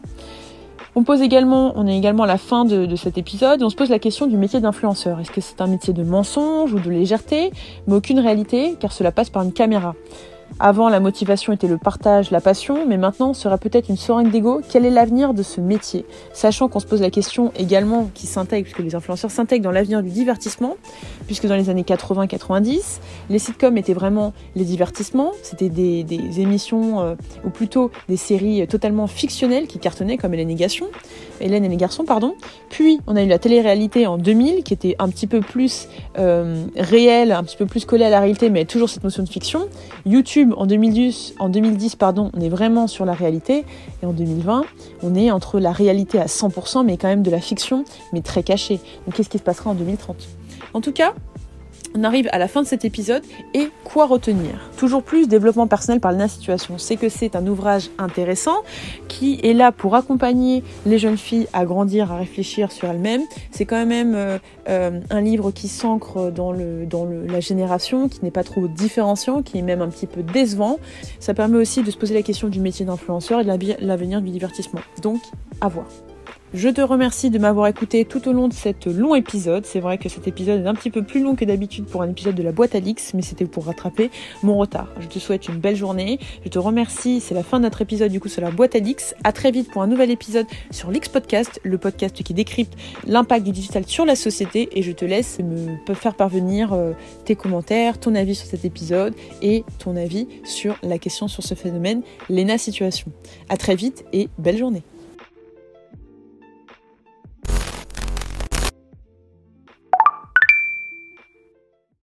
On pose également, on est également à la fin de, de cet épisode, et on se pose la question du métier d'influenceur. Est-ce que c'est un métier de mensonge ou de légèreté ? Mais aucune réalité, car cela passe par une caméra. Avant, la motivation était le partage, la passion, mais maintenant, sera peut-être une seringue d'ego. Quel est l'avenir de ce métier ? Sachant qu'on se pose la question également, qui s'intègre, puisque les influenceurs s'intègrent dans l'avenir du divertissement, puisque dans les années quatre-vingts quatre-vingt-dix, les sitcoms étaient vraiment les divertissements, c'était des, des émissions, euh, ou plutôt des séries totalement fictionnelles qui cartonnaient, comme Hélène et Garçon, Hélène et les garçons, pardon. Puis, on a eu la télé-réalité en deux mille, qui était un petit peu plus euh, réelle, un petit peu plus collée à la réalité, mais toujours cette notion de fiction. YouTube, en deux mille dix, en deux mille dix pardon, on est vraiment sur la réalité, et en deux mille vingt, on est entre la réalité à cent pour cent, mais quand même de la fiction, mais très cachée. Donc qu'est-ce qui se passera en deux mille trente ? En tout cas, on arrive à la fin de cet épisode, et quoi retenir ? Toujours plus développement personnel par Léna Situation. C'est que c'est un ouvrage intéressant qui est là pour accompagner les jeunes filles à grandir, à réfléchir sur elles-mêmes. C'est quand même euh, euh, un livre qui s'ancre dans, le, dans le, la génération, qui n'est pas trop différenciant, qui est même un petit peu décevant. Ça permet aussi de se poser la question du métier d'influenceur et de l'avenir du divertissement. Donc, à voir. Je te remercie de m'avoir écouté tout au long de cet long épisode. C'est vrai que cet épisode est un petit peu plus long que d'habitude pour un épisode de la boîte à Lix, mais c'était pour rattraper mon retard. Je te souhaite une belle journée. Je te remercie. C'est la fin de notre épisode du coup sur la boîte à Lix. À très vite pour un nouvel épisode sur Lix Podcast, le podcast qui décrypte l'impact du digital sur la société. Et je te laisse me faire parvenir tes commentaires, ton avis sur cet épisode et ton avis sur la question sur ce phénomène, Léna Situation. À très vite et belle journée.